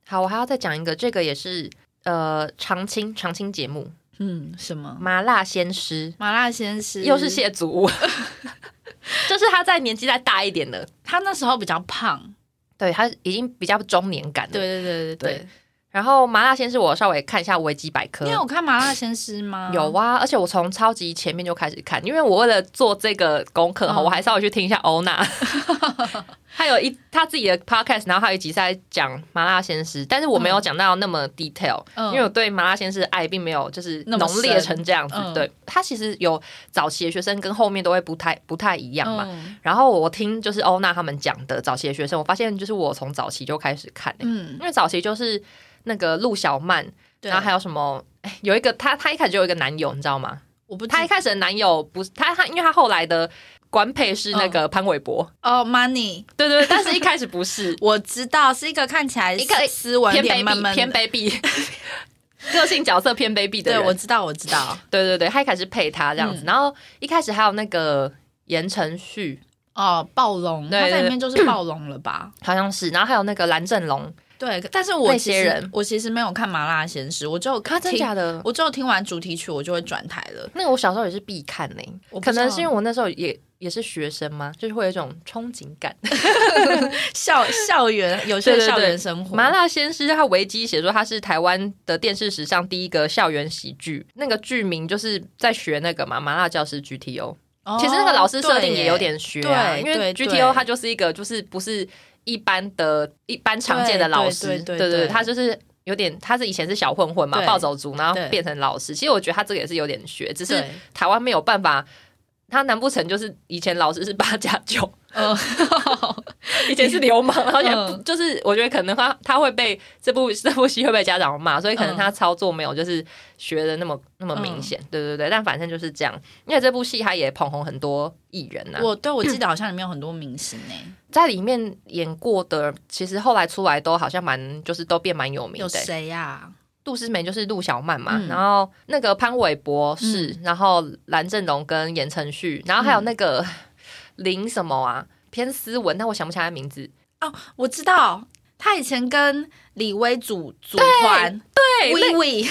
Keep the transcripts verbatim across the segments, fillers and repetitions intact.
好，我还要再讲一个，这个也是呃常青常青节目， 嗯，什么麻辣鲜师？ 麻辣鲜师又是谢祖武，就是他在年纪再大一点的， 他那时候比较胖， 对他已经比较中年感了。 对对对对 对, 对。 然后麻辣鲜师我稍微看一下维基百科， 你有看麻辣鲜师吗？ 有啊，而且我从超级前面就开始看，因为我为了做这个功课、嗯、我还稍微去听一下欧娜他有一他自己的 podcast， 然后还有一集在讲麻辣鲜师，但是我没有讲到那么 detail、嗯、因为我对麻辣鲜师的爱并没有就是浓烈成这样子、嗯、对，他其实有早期的学生跟后面都会不太不太一样嘛、嗯、然后我听就是欧娜他们讲的早期的学生，我发现就是我从早期就开始看、欸嗯、因为早期就是那个陆小曼，然后还有什么有一个他他一开始就有一个男友你知道吗？我不知道他一开始的男友不是他他因为他后来的官配是那个潘玮柏哦、oh, Money 对对对，但是一开始不是我知道是一个看起来一个斯文偏卑鄙偏卑鄙个性角色偏卑鄙的人， 对我知道我知道对对对，他一开始配他这样子、嗯、然后一开始还有那个言承旭哦暴龙，他在里面就是暴龙了吧好像是，然后还有那个蓝正龙， 对，但是我其实我其实没有看麻辣鲜师，我就有看， 真假的， 我就听完主题曲我就会转台了。 那个我小时候也是必看呢、欸，可能是因为我那时候也也是学生嘛，就是会有一种憧憬感， 校校园有些校园生活。 对对对，麻辣鲜师他维基写说他是台湾的电视史上第一个校园喜剧，那个剧名就是在学那个嘛麻辣教师 G T O。哦、其实那个老师设定也有点学啊，因为 G T O 它就是一个就是不是一般的一般常见的老师，对对 对, 对, 对, 对，他就是有点，他是以前是小混混嘛，暴走族，然后变成老师。其实我觉得他这个也是有点学，只是台湾没有办法。他难不成就是以前老师是八加九，嗯，以前是流氓，然后也就是我觉得可能他他会被这部这部戏会被家长骂，所以可能他操作没有就是学的那么那么明显，嗯、对对对。但反正就是这样，因为这部戏他也捧红很多艺人啊。 我对我记得好像里面有很多明星诶、欸， 在里面演过的，其实后来出来都好像蛮就是都变蛮有名的、欸。 有谁呀、啊？ 杜诗梅就是陆小曼嘛、嗯、然后那个潘玮柏是、嗯、然后蓝正龙跟言承旭，然后还有那个林什么啊偏斯文，但我想不起来他名字哦，我知道他以前跟李威组组团， 对微微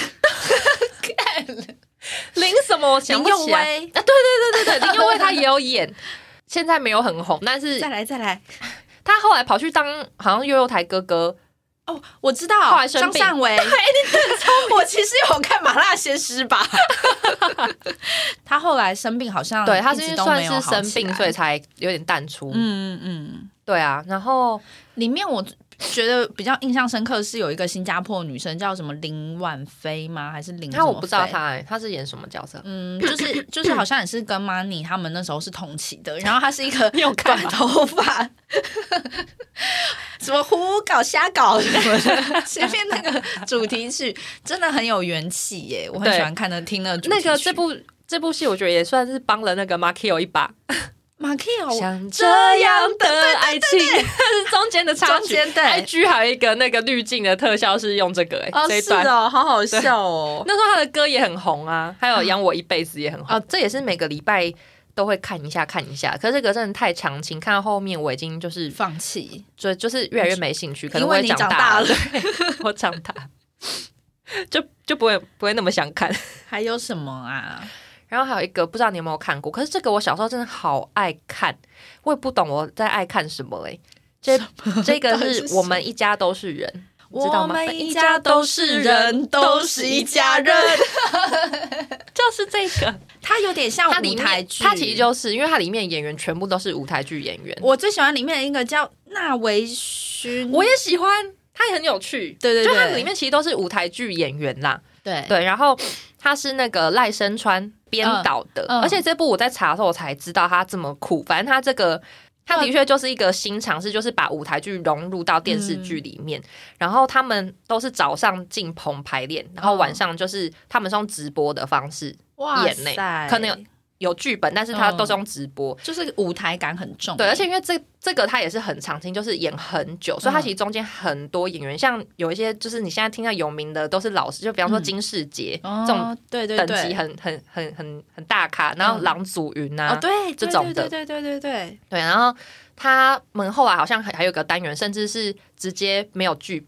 林什么我想不起来啊，对对对对对，林佑威他也有演现在没有很红，但是再来再来他后来跑去当好像幼幼台哥哥哦，我知道，张善为，对，你我其实有看麻辣鲜师吧。他后来生病，好像对，他是算是生病，所以才有点淡出。 嗯嗯， 对啊。然后里面我觉得比较印象深刻是有一个新加坡女生叫什么林婉菲吗？还是林？ 他我不知道她、欸，她是演什么角色？ 嗯，就是就是好像也是跟 Money 他们那时候是同期的，然后她是一个短头发。什么胡搞瞎搞什么的，前面那个主题曲真的很有元气耶，我很喜欢看的听那个主题曲。 那个这部这部戏，我觉得也算是帮了那个 Markio 一把。 Markio 像这样的爱情，是中间的插曲。对 ，I G 还有一个那个滤镜的特效是用这个哎、欸， 哦这一段是哦，好好笑哦。 那时候他的歌也很红啊，还有养我一辈子也很红、哦、这也是每个礼拜。都会看一下看一下，可是这个真的太长情，看到后面我已经就是放弃， 就就是越来越没兴趣，可能我也长大了， 我长大就就不会不会那么想看。 还有什么啊？ 然后还有一个不知道你有没有看过，可是这个我小时候真的好爱看，我也不懂我在爱看什么嘞、欸。这这个是我们一家都是人。知道吗？ 我们一家都是人，都是一家人， 就是这个。 它有点像舞台剧， 它其实就是因为它里面演员全部都是舞台剧演员。 我最喜欢里面的一个叫纳维勋， 我也喜欢，他也很有趣。 对对对， 就它里面其实都是舞台剧演员啦。 对对，然后他是那个赖声川编导的、嗯嗯，而且这部我在查的时候我才知道他这么酷。反正他这个。他的确就是一个新尝试，就是把舞台剧融入到电视剧里面、嗯、然后他们都是早上进棚排练，然后晚上就是他们是用直播的方式演内、欸，可能有有剧本，但是他都是用直播、 嗯、就是舞台感很重。 对，而且因为这这个他也是很长青，就是演很久，所以他其实中间很多演员、嗯、像有一些就是你现在听到有名的都是老师，就比方说金世杰、嗯、这种对对等级很很很很很大咖，然后郎祖筠啊、 嗯哦、对这种的， 对对对对对对对， 然后他们后来好像还还有个单元，甚至是直接没有剧本，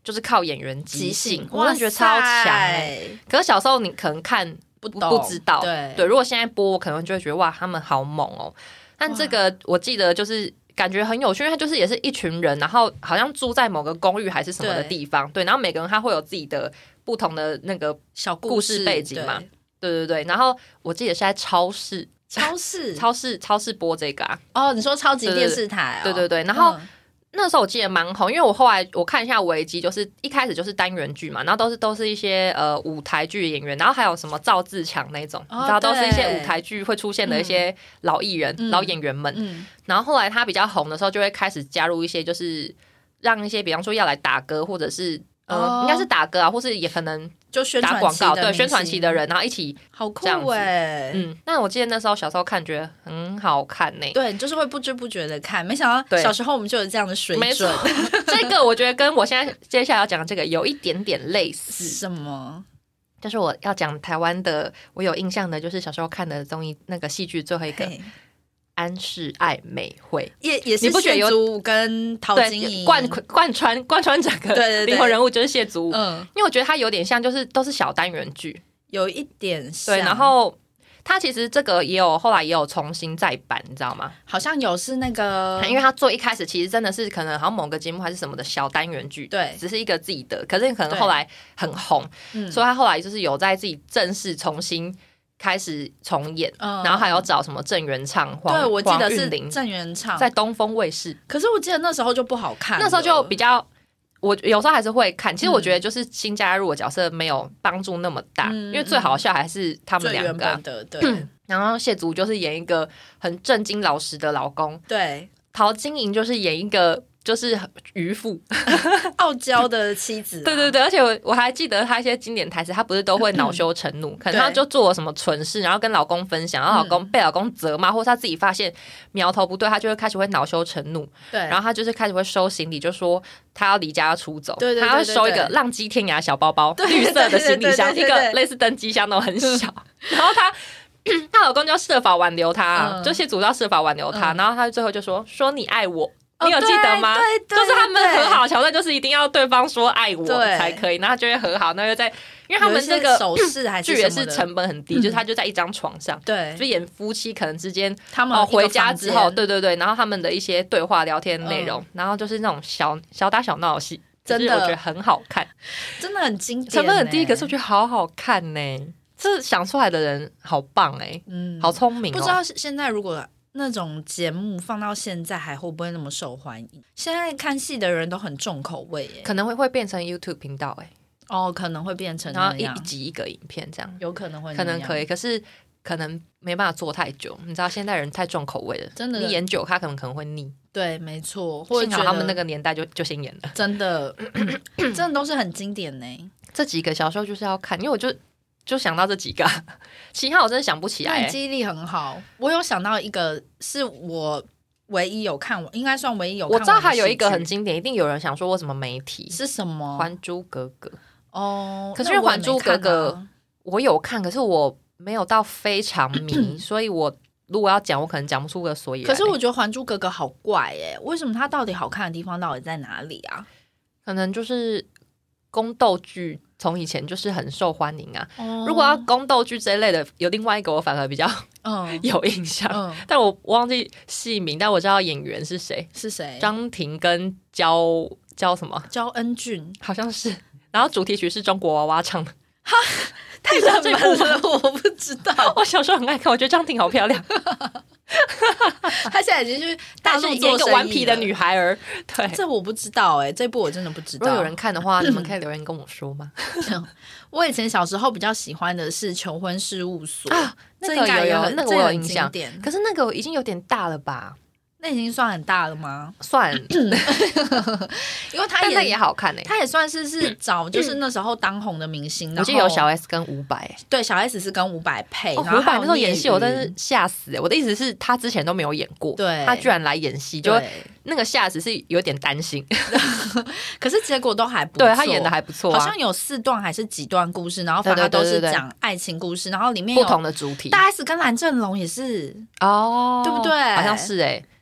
就是靠演员即兴，我真的觉得超强哎、欸。可是小时候你可能看不不知道，对对。如果现在播，我可能就会觉得哇，他们好猛哦。但这个我记得就是感觉很有趣，因为它就是也是一群人，然后好像住在某个公寓还是什么的地方，对。然后每个人他会有自己的不同的那个小故事背景嘛，对对对。然后我记得是在超市。 超市超市超市播这个啊？ 哦，你说超级电视台、哦？ 对对对。然后、嗯、那时候我记得蛮红，因为我后来我看一下维基，就是一开始就是单元剧嘛，然后都是都是一些呃舞台剧的演员，然后还有什么赵自强那种，然、哦、后都是一些舞台剧会出现的一些老艺人、嗯、老演员们、嗯。然后后来他比较红的时候，就会开始加入一些，就是让一些比方说要来打歌，或者是呃、哦、应该是打歌啊，或是也可能。 就宣传打广告，对宣传期的人，然后一起好酷哎、欸， 嗯，但我记得那时候小时候看，觉得很好看呢、欸。 对，就是会不知不觉的看，没想到小时候我们就有这样的水准。 这个我觉得跟我现在接下来要讲的这个有一点点类似。 什么？ 就是我要讲台湾的，我有印象的，就是小时候看的综艺那个戏剧最后一个。安室爱美惠也也是谢祖武跟陶晶莹贯贯穿贯穿整个灵魂人物就是谢祖武，嗯，因为我觉得他有点像，就是都是小单元剧， 有一点像。 对，然后他其实这个也有后来也有重新再版，你知道吗？ 好像有是那个， 因为他做一开始其实真的是可能好像某个节目还是什么的小单元剧， 对， 只是一个自己的，可是可能后来很红，嗯，所以他后来就是有在自己正式重新。开始重演、嗯，然后还有找什么郑元畅、黄对我记得是郑元畅在东风卫视， 可是我记得那时候就不好看了， 那时候就比较，我有时候还是会看。其实我觉得就是新加入的角色没有帮助那么大，嗯、因为最好笑还是他们两个、啊。 的对、 嗯。然后谢祖就是演一个很正经老实的老公， 对。 陶晶莹就是演一个。就是渔夫傲娇的妻子、啊、 对对对，而且 我, 我还记得他一些经典台词，他不是都会恼羞成怒、嗯、可能他就做了什么蠢事，然后跟老公分享，然后老公、嗯、被老公责骂，或是他自己发现苗头不对，他就会开始会恼羞成怒，对，然后他就是开始会收行李，就说他要离家出走，对对对对对，他要收一个浪迹天涯小包包，对对对对对，绿色的行李箱，对对对对对，一个类似登机箱那种很小，然后他她老公就要设法挽留她、嗯、就谢祖要设法挽留她、嗯、然后他最后就说说你爱我，你有记得吗？哦、对对对，就是他们和好桥段，就是一定要对方说爱我才可以，然后就会和好，那就在，因为他们这个手势还是剧也是成本很低，嗯、就是他就在一张床上，对，就演夫妻可能之间他们、 哦、回家之后，对对对，然后他们的一些对话聊天内容、嗯，然后就是那种小小打小闹的戏，真的我觉得很好看， 真的很经典， 成本很低，可是我觉得好好看呢，这想出来的人好棒哎，嗯，好聪明、哦， 不知道现在如果。那种节目放到现在还会不会那么受欢迎？现在看戏的人都很重口味耶， 可能会会变成 YouTube 频道哎， 哦，可能会变成那样， 然后一集一个影片这样， 有可能会可能可以，可是可能没办法做太久，你知道现在人太重口味了，真的，你演久他可能可能会腻， 对，没错， 幸好他们那个年代就就先演了， 真的，真的都是很经典呢。 这几个小时候就是要看，因为我就。就想到这几个，其他我真的想不起来。 你记忆力很好，我有想到一个是我唯一有看，应该算唯一有看。 我知道还有一个很经典，一定有人想说我什么媒体是什么？ 还珠格格哦， 可是因为还珠格格我有看，可是我没有到非常迷，所以我如果要讲，我可能讲不出个所以然。 可是我觉得还珠格格好怪耶，为什么它到底好看的地方到底在哪里啊？ 可能就是宫斗剧。从以前就是很受欢迎啊、哦、如果要宫斗剧这一类的，有另外一个我反而比较、嗯、有印象、嗯、但我忘记戏名，但我知道演员是谁， 是谁？ 张庭跟焦焦什么焦恩俊好像是，然后主题曲是中国娃娃唱的， 哈，太热门了，我不知道。 我小时候很爱看，我觉得张庭好漂亮。 她现在已经是大陆做生意了， 一个顽皮的女孩儿。对， 这我不知道哎、欸，这部我真的不知道。 如果有人看的话，你们可以留言跟我说吗？ 我以前小时候比较喜欢的是《求婚事务所》 啊，那个有有那个我有印象，可是那个已经有点大了吧？ 那已经算很大了吗？ 算，因为他也那也好看哎、欸， 他也算是是找就是那时候当红的明星， 我记得有小 S 跟伍佰， 对，小 S 是跟伍佰配， 伍佰、哦、那时候演戏我真是吓死哎、欸！我的意思是，他之前都没有演过，对，他居然来演戏，就那个吓死是有点担心， 可是结果都还不错， 对他演的还不错、啊， 好像有四段还是几段故事，然后反正都是讲爱情故事，然后里面有不同的主题， 大 S 跟蓝正龙也是哦， 对不对？ 好像是哎、欸。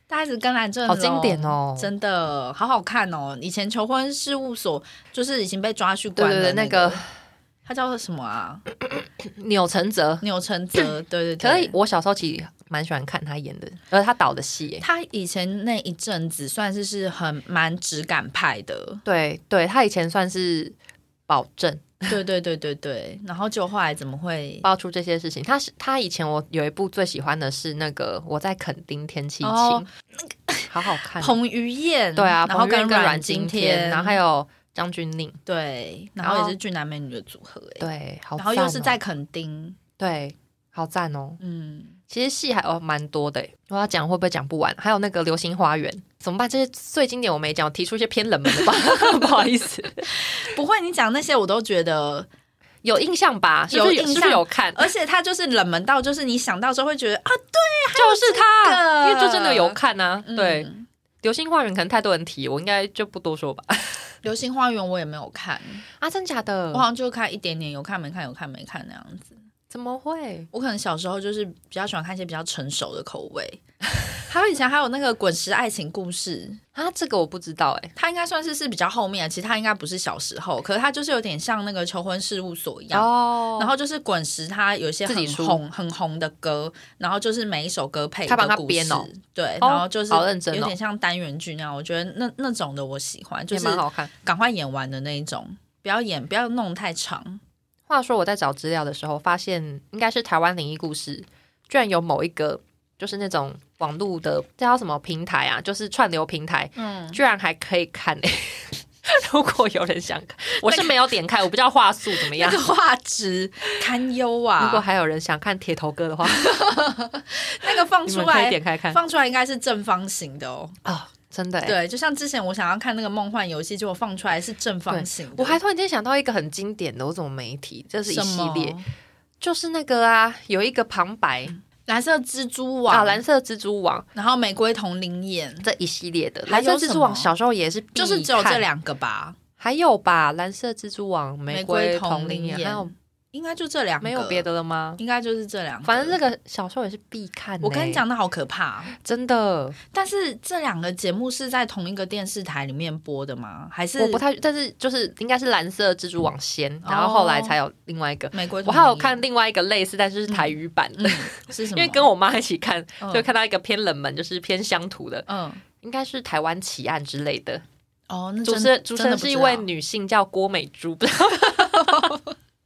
大 S 跟蓝正龙好经典哦， 真的好好看哦。以前求婚事务所就是已经被抓去关了、 对对对，那个他叫做什么啊？ 钮承泽， 钮承泽，对对对。 可是我小时候其实蛮喜欢看他演的，而他导的戏， 他以前那一阵子算是是很蛮质感派的， 对对，他以前算是保证。 对对对对对，然后就后来怎么会爆出这些事情？他是他以前我有一部最喜欢的是那个我在垦丁天气晴， 哦、 好好看。 彭于晏， 对啊， 然后跟阮经天，然后还有张钧甯， 对，然后也是俊男美女的组合、欸， 对，好、哦， 然后又是在垦丁， 对，好赞哦， 嗯。 其实戏还有蛮多的，我要讲会不会讲不完？还有那个《流星花园》怎么办？这些最经典我没讲，我提出一些偏冷门的吧，不好意思。 不会，你讲那些我都觉得有印象吧？有印象，是不是有看？ 而且它就是冷门到，就是你想到之后会觉得啊，对， 就是它，因为就真的有看啊。 嗯、 对，《流星花园》可能太多人提，我应该就不多说吧。《 流星花园》我也没有看啊，真假的？ 我好像就看一点点，有看没看，有看没看那样子。 怎么会？ 我可能小时候就是比较喜欢看一些比较成熟的口味。还有以前还有那个滚石爱情故事啊，这个我不知道哎、欸， 它应该算是是比较后面，其实它应该不是小时候，可是它就是有点像那个求婚事务所一样哦。 然后就是滚石它有一些很红很红的歌，然然后就是每一首歌配一个故事， 他帮他编哦， 对，然后就是有点像单元剧那样，我觉得那那种的我喜欢，就是蛮好看， 赶快演完的那一种，不要演不要弄太长。 话说我在找资料的时候发现应该是台湾灵异故事居然有某一个就是那种网络的这叫什么平台啊，就是串流平台、嗯、居然还可以看欸如果有人想看，我是没有点开、那個、我不知道画素怎么样， 那个画质堪忧啊。 如果还有人想看铁头哥的话那个放出来可以点开看， 放出来应该是正方形的哦。 哦真的耶， 对，就像之前我想要看那个梦幻游戏，结果放出来是正方形的。 我还突然间想到一个很经典的，我怎么没提？这是一系列，就是那个啊，有一个旁白， 嗯、蓝色蜘蛛网啊，蓝色蜘蛛网， 然后玫瑰同林眼这一系列的蓝色蜘蛛网，小时候也是必看， 就是只有这两个吧？ 还有吧，蓝色蜘蛛网、玫瑰同林眼，还有。 应该就这两个， 没有别的了吗？ 应该就是这两个。 反正这个小时候也是必看、欸。 我跟你讲，那好可怕， 真的。 但是这两个节目是在同一个电视台里面播的吗？还是我不太，但是就是应该是蓝色蜘蛛网先，哦、然后后来才有另外一个玫瑰。 我还有看另外一个类似，但是是台语版的， 嗯嗯、是什么？ 因为跟我妈一起看，就看到一个偏冷门，就是偏乡土的， 嗯， 应该是台湾奇案之类的。 哦，那主持人主持人是一位女性，叫郭美珠，不知道。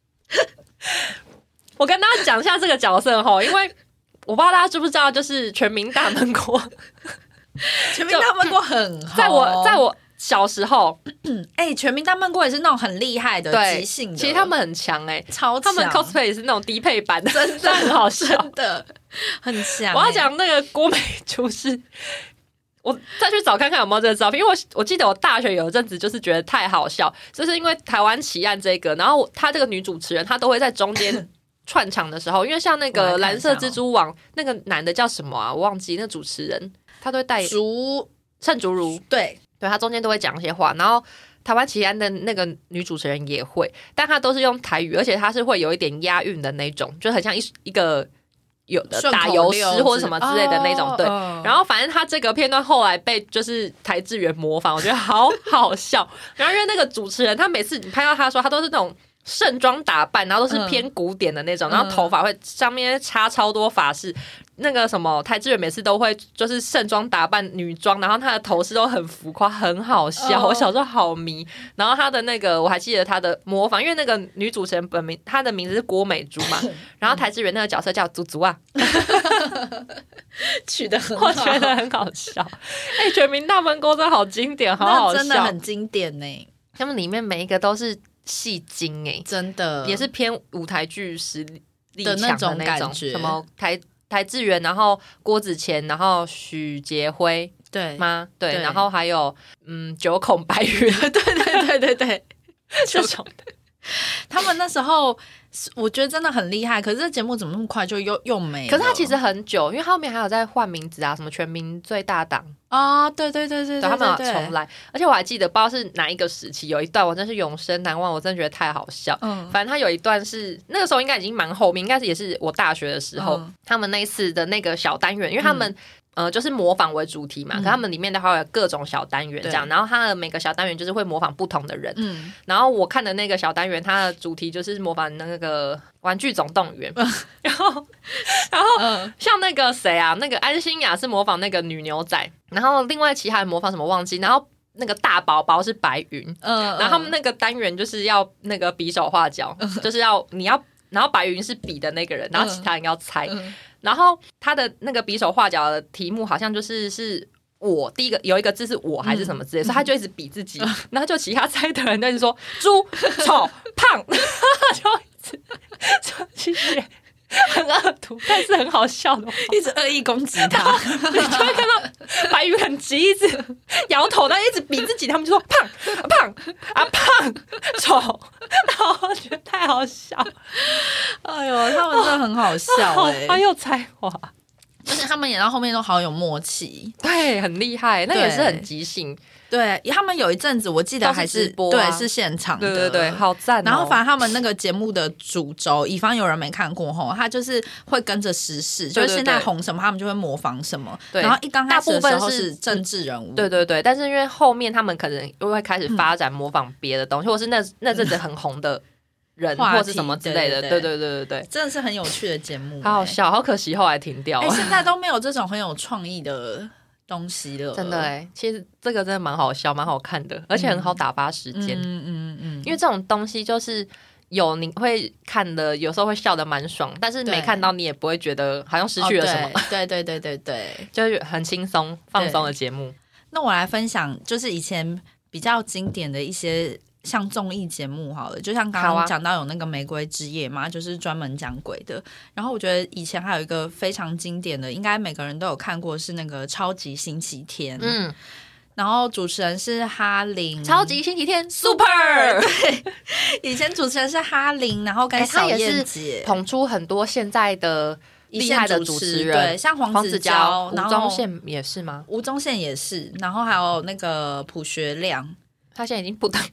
我跟大家讲一下这个角色齁，因为我不知道大家知不知道，就是全民大闷锅。 全民大闷锅很红， 在我在我小时候， 哎、欸，全民大闷锅也是那种很厉害的即兴的， 其实他们很强哎、欸， 超强， 他们 cosplay 也是那种低配版的，真的很好笑， 真的很强、欸。 我要讲那个郭美珠是。我再去找看看有没有这个照片，因为我我记得我大学有一阵子就是觉得太好笑，就是因为台湾奇案这个，然后她这个女主持人她都会在中间串场的时候，因为像那个蓝色蜘蛛网那个男的叫什么啊，我忘记那主持人，他都会带竹陈竹如， 对对，他中间都会讲一些话，然后台湾奇案的那个女主持人也会，但她都是用台语，而且她是会有一点押韵的那种，就很像一一个。有的打油诗或者什么之类的那种，对。 哦、 然后反正他这个片段后来被就是台志远模仿，我觉得好好笑。然后因为那个主持人，他每次你拍到他的时候，他都是那种盛装打扮，然后都是偏古典的那种，嗯、然后头发会上面插超多发饰。那个什么台志远每次都会就是盛装打扮女装，然后他的头饰都很浮夸，很好笑。Oh. 我小时候好迷。然后他的那个我还记得他的模仿，因为那个女主持人本名她的名字是郭美珠嘛，然后台志远那个角色叫祖祖啊， 取得很好， 我觉得很好笑。哎、欸，全民大闷锅真的好经典，好好笑， 真的很经典呢、欸。 他们里面每一个都是戏精哎、欸， 真的也是偏舞台剧实力强的那种感觉， 什么台。台志远，然后郭子乾，然后许杰辉， 对吗？对，对然后还有嗯九孔白云， 对对对对对， 这种的。 他们那时候我觉得真的很厉害，可是这节目怎么那么快就又又没了？ 可是他其实很久，因为后面还有在换名字啊，什么全民最大党啊、哦，对对对对 对, 对, 对, 对， 他们有重来。而且我还记得，不知道是哪一个时期，有一段我真是永生难忘，我真的觉得太好笑。嗯，反正他有一段是那个时候应该已经蛮后面，应该是也是我大学的时候，嗯、他们那一次的那个小单元，因为他们呃，就是模仿为主题嘛，嗯、可他们里面的话有各种小单元这样，然后它的每个小单元就是会模仿不同的人。嗯，然后我看的那个小单元，它的主题就是模仿那个《玩具总动员》嗯，然后，然后、嗯、像那个谁啊，那个安心亚是模仿那个女牛仔，然后另外其他人模仿什么忘记，然后那个大宝宝是白云，嗯，然后他们那个单元就是要那个比手画脚，嗯、就是要你要，然后白云是比的那个人，然后其他人要猜。嗯嗯，然后他的那个比手画脚的题目好像就是是我第一个有一个字是我还是什么之类的、嗯、所以他就一直比自己、嗯、然后就其他猜的人就一直说猪丑胖就一直就其实很恶毒但是很好笑的， 一直恶意攻击他你就会看到白云很急一直摇头，然后一直比自己，他们就说胖胖啊胖丑，然后我觉得太好笑， 哎呦他们真的很好笑哎、欸， 很有才华， 就是他们演到后面都好有默契， 对，很厉害，那也是很即兴。 对，他们有一阵子我记得还是, 是直播、啊、对是现场的， 对对对，好赞、哦。 然后反正他们那个节目的主轴，以防有人没看过吼，他就是会跟着时事，对对对，就是现在红什么，他们就会模仿什么。对，然后一刚开始的时候是政治人物， 对对对。但是因为后面他们可能又会开始发展模仿别的东西，嗯、或是那那阵子很红的人，或是什么之类的。对对对对对， 真的是很有趣的节目、欸， 好好笑，好可惜后来停掉了。 欸、现在都没有这种很有创意的东西了， 真的哎、欸，其实这个真的蛮好笑，蛮好看的，而且很好打发时间。嗯嗯嗯，因为这种东西就是有你会看的，有时候会笑得蛮爽，但是没看到你也不会觉得好像失去了什么。 哦、对, 对对对对对， 就是很轻松放松的节目。 那我来分享，就是以前比较经典的一些。像综艺节目好了，就像刚刚讲到有那个玫瑰之夜嘛、啊、就是专门讲鬼的，然后我觉得以前还有一个非常经典的，应该每个人都有看过，是那个超级星期天。嗯，然后主持人是哈林， 超级星期天 Super， 对，以前主持人是哈林，然后跟小燕姐、 欸、捧出很多现在的厉害的主持人， 对，像黄子佼， 吴宗宪也是吗？ 吴宗宪也是，然后还有那个朴学亮。 他现在已经不当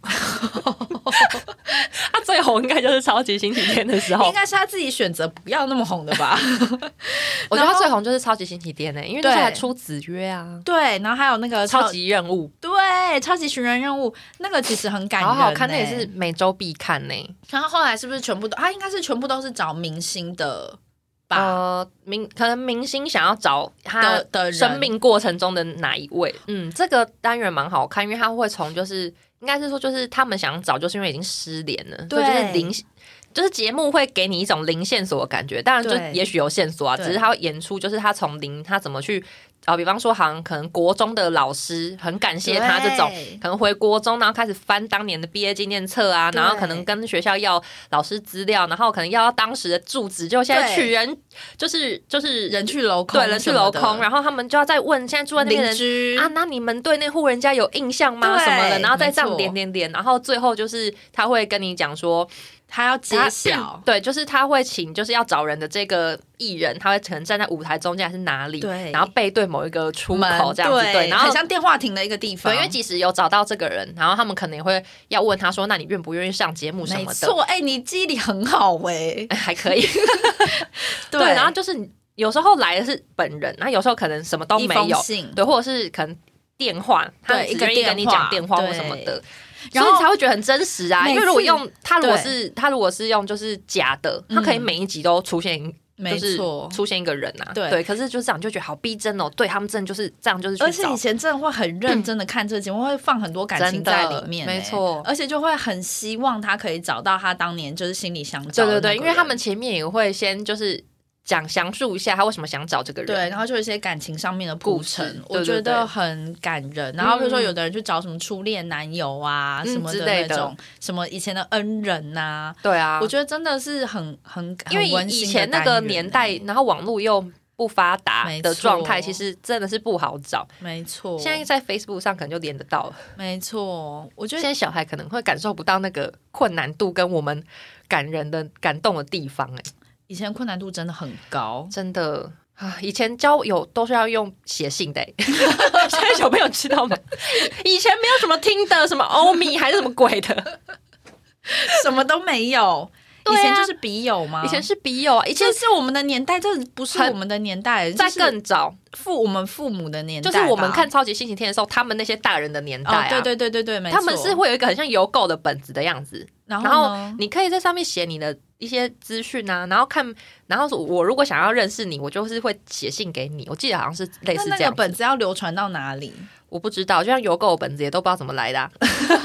他最红应该就是超级星期天的时候， 应该是他自己选择不要那么红的吧我觉得他最红就是超级星期天、欸、因为那时候还出子曰啊， 对，然后还有那个超, 超级任务， 对，超级寻人任务那个其实很感人、欸、 好好看，那也是每周必看呢、欸。 然后后来是不是全部都他应该是全部都是找明星的呃，明可能明星想要找他的生命过程中的哪一位？嗯，这个单元蛮好看，因为他会从就是应该是说就是他们想找，就是因为已经失联了，对，所以就是零，就是节目会给你一种零线索的感觉。当然，就也许有线索啊，只是他会演出，就是他从零，他怎么去。啊，比方说，好像可能国中的老师很感谢他这种，可能回国中，然后开始翻当年的毕业纪念册啊，然后可能跟学校要老师资料，然后可能要到当时的住址，就现在取人就是就是人去楼空， 对，人去楼空，然后他们就要再问现在住在那边的人啊，那你们对那户人家有印象吗？什么的，然后再这样点点点，然后最后就是他会跟你讲说。 他要揭晓， 对，就是他会请，就是要找人的这个艺人，他会可能站在舞台中间还是哪里，对，然后背对某一个出口这样子， 对, 对，然后很像电话亭的一个地方。 对，因为即使有找到这个人，然后他们可能也会要问他说：“那你愿不愿意上节目什么的？” 没错，哎、欸，你记忆力很好哎、 欸，还可以。对, 对，然后就是有时候来的是本人，然后有时候可能什么都没有，对，或者是可能电话，他只愿意跟你讲电话或什么的。然后才会觉得很真实啊，因为如果用他如果是他如果是用就是假的，他可以每一集都出现，就是出现一个人啊，对，可是就这样就觉得好逼真哦，对他们真的就是这样，就是去找， 而且以前真的会很认真的看这个节目，会放很多感情在里面， 没错， 而且就会很希望他可以找到他当年就是心里想找的那个人， 对对对，因为他们前面也会先就是。讲详述一下他为什么想找这个人， 对，然后就有一些感情上面的铺陈，我觉得很感人。然后比如说有的人去找什么初恋男友啊、嗯、什么的那种，什么以前的恩人啊， 对啊， 我觉得真的是很很因为以前那个年代，然后网络又不发达的状态，其实真的是不好找。 没错， 现在在 Facebook 上可能就连得到了。 没错，我觉得现在小孩可能会感受不到那个困难度跟我们感人的感动的地方、欸，哎。 以前困难度真的很高， 真的啊！以前交友都是要用写信的、欸，现在小朋友知道吗？以前没有什么听的，什么欧米还是什么鬼的， 什么都没有。 对、啊，以前就是笔友吗？ 以前是笔友啊，以前是我们的年代，这不是我们的年代， 在更早父我们父母的年代， 就是我们看超级星期天的时候，他们那些大人的年代啊， 哦、对对对对对，没错， 他们是会有一个很像邮购的本子的样子， 然 后, 然后你可以在上面写你的一些资讯啊，然后看，然后我如果想要认识你，我就是会写信给你。我记得好像是类似这样子。 那那个本子要流传到哪里？ 我不知道，就像邮购本子也都不知道怎么来的、啊。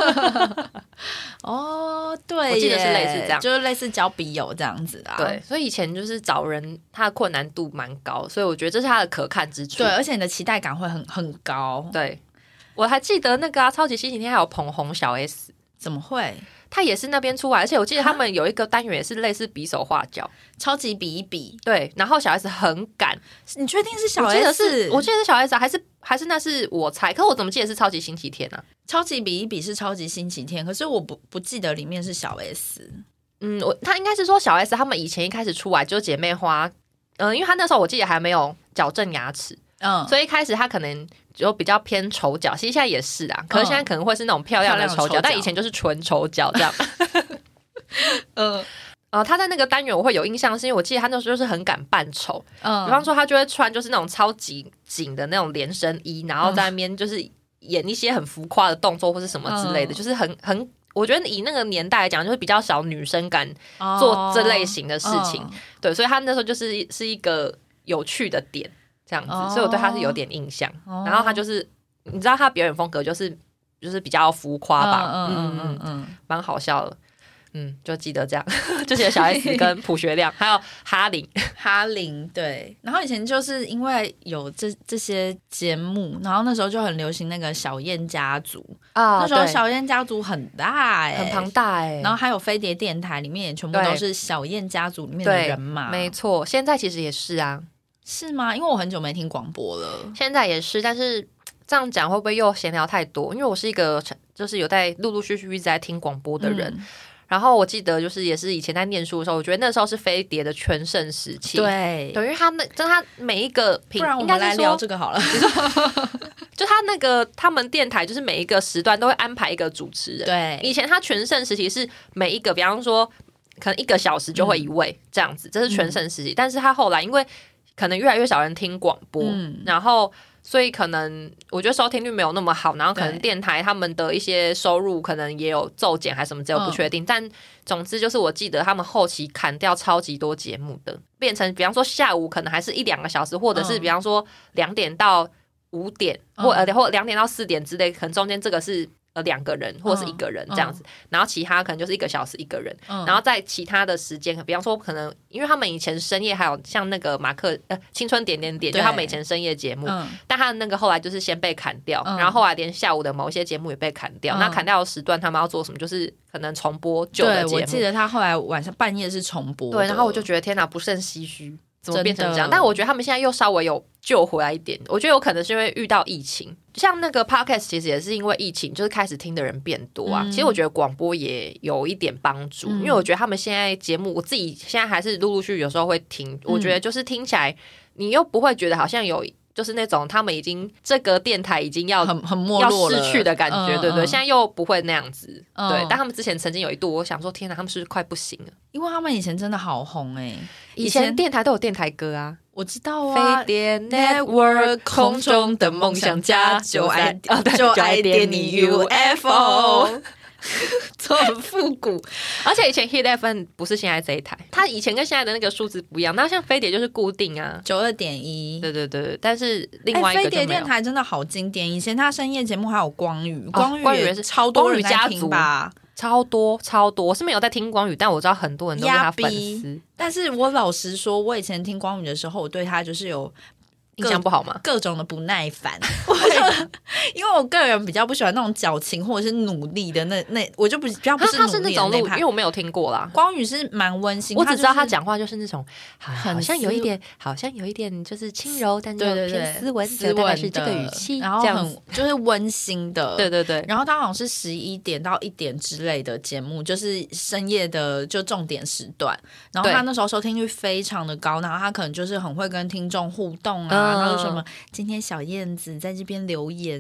哦，对， 我记得是类似这样， 就是类似交笔友这样子啊。 对，所以以前就是找人，他的困难度蛮高，所以我觉得这是他的可看之处。 对，而且你的期待感会很很高。 对，我还记得那个啊，超级星期天还有捧红小 S， 怎么会？ 他也是那边出来，而且我记得他们有一个单元也是类似比手画脚， 超级比一比。 对，然后小 S 很赶， 你确定是小 S？ 我记得是，我记得是小 S 啊，还是还是那是我猜，可是我怎么记得是超级星期天啊？ 超级比一比是超级星期天，可是我不不记得里面是小 S。 嗯，我他应该是说小 S 他们以前一开始出来就是姐妹花，嗯、呃，因为他那时候我记得还没有矫正牙齿。嗯，所以一开始他可能就比较偏丑角，其实现在也是啊，可是现在可能会是那种漂亮的丑角，但以前就是纯丑角这样。嗯，呃，他在那个单元我会有印象，是因为我记得他那时候就是很敢扮丑，嗯，比方说他就会穿就是那种超级紧的那种连身衣，然后在那边就是演一些很浮夸的动作或是什么之类的，嗯、就是很很，我觉得以那个年代来讲，就是比较少女生敢做这类型的事情，哦、对，所以他那时候就是是一个有趣的点。这样子，所以我对他是有点印象。Oh. 然后他就是，你知道他表演风格就是就是比较浮夸吧，嗯嗯嗯嗯，蛮好笑的。嗯，就记得这样，就记得小 S 跟朴学亮，还有哈林， 哈林对。然后以前就是因为有这这些节目，然后那时候就很流行那个小燕家族啊，那时候小燕家族很大哎、欸， 很庞大哎、欸。 然后还有飞碟电台里面也全部都是小燕家族里面的人嘛， 没错。现在其实也是啊。 是吗？因为我很久没听广播了， 现在也是，但是这样讲会不会又闲聊太多？因为我是一个就是有在陆陆续续一直在听广播的人，嗯、然后我记得就是也是以前在念书的时候，我觉得那时候是飞碟的全盛时期。 对， 等于他那就他每一个频， 不然我们来聊这个好了。 就他那个他们电台就是每一个时段都会安排一个主持人。 对， 以前他全盛时期是每一个，比方说可能一个小时就会一位、嗯、这样子，这是全盛时期。嗯、但是他后来因为可能越来越少人听广播、嗯、然后所以可能我觉得收听率没有那么好，然后可能电台他们的一些收入可能也有骤减还是什么，这我不确定、嗯、但总之就是我记得他们后期砍掉超级多节目的，变成比方说下午可能还是一两个小时，或者是比方说两点到五点、嗯、或呃或两点到四点之类，可能中间这个是呃两个人或者是一个人这样子、嗯、然后其他可能就是一个小时一个人、嗯、然后在其他的时间比方说可能因为他们以前深夜还有像那个马克呃青春点点点就他们以前深夜节目、嗯、但他的那个后来就是先被砍掉、嗯、然后后来连下午的某一些节目也被砍掉、嗯、那砍掉的时段他们要做什么，就是可能重播旧的节目。 对，我记得他后来晚上半夜是重播的。 对，然后我就觉得天哪，不胜唏嘘，怎么变成这样？但我觉得他们现在又稍微有救回来一点，我觉得有可能是因为遇到疫情，像那个 podcast 其实也是因为疫情，就是开始听的人变多啊、嗯、其实我觉得广播也有一点帮助、嗯、因为我觉得他们现在节目我自己现在还是陆陆续续有时候会听、嗯、我觉得就是听起来你又不会觉得好像有就是那种他们已经这个电台已经要很很没落了要失去的感觉、嗯、对对、嗯、现在又不会那样子、嗯、对，但他们之前曾经有一度我想说天哪，他们是不是快不行了， 因为他们以前真的好红欸， 以前电台都有电台歌啊， 我知道啊， 飞碟 Network 空中的梦想家就爱就爱点你 U F O 做很复古， 而且以前 Hit F M 不是现在这一台，它以前跟现在的那个数字不一样，那像飞碟就是固定啊 九十二点一， 对对对，但是另外一个就没有、 欸、飞碟电台真的好经典，以前它深夜节目还有光宇，光宇也是超多人在听吧， 超多超多，我是没有在听光宇，但我知道很多人都是他粉丝。 但是我老实说，我以前听光宇的时候，我对他就是有印象不好吗？ 各种的不耐烦，因为我个人比较不喜欢那种矫情或者是努力的那那，我就不比较不是努力的那一派。他是那种， 因为我没有听过啦。 光宇是蛮温馨， 我只知道他讲话就是那种好像有一点，好像有一点就是轻柔，但是又偏斯文， 斯文是这个语气， 然后很就是温馨的， 对对对。 然后他好像是十一点到一点之类的节目，就是深夜的就重点时段。然后他那时候收听率非常的高，然后他可能就是很会跟听众互动啊。然后什么今天小燕子在这边留言什么的，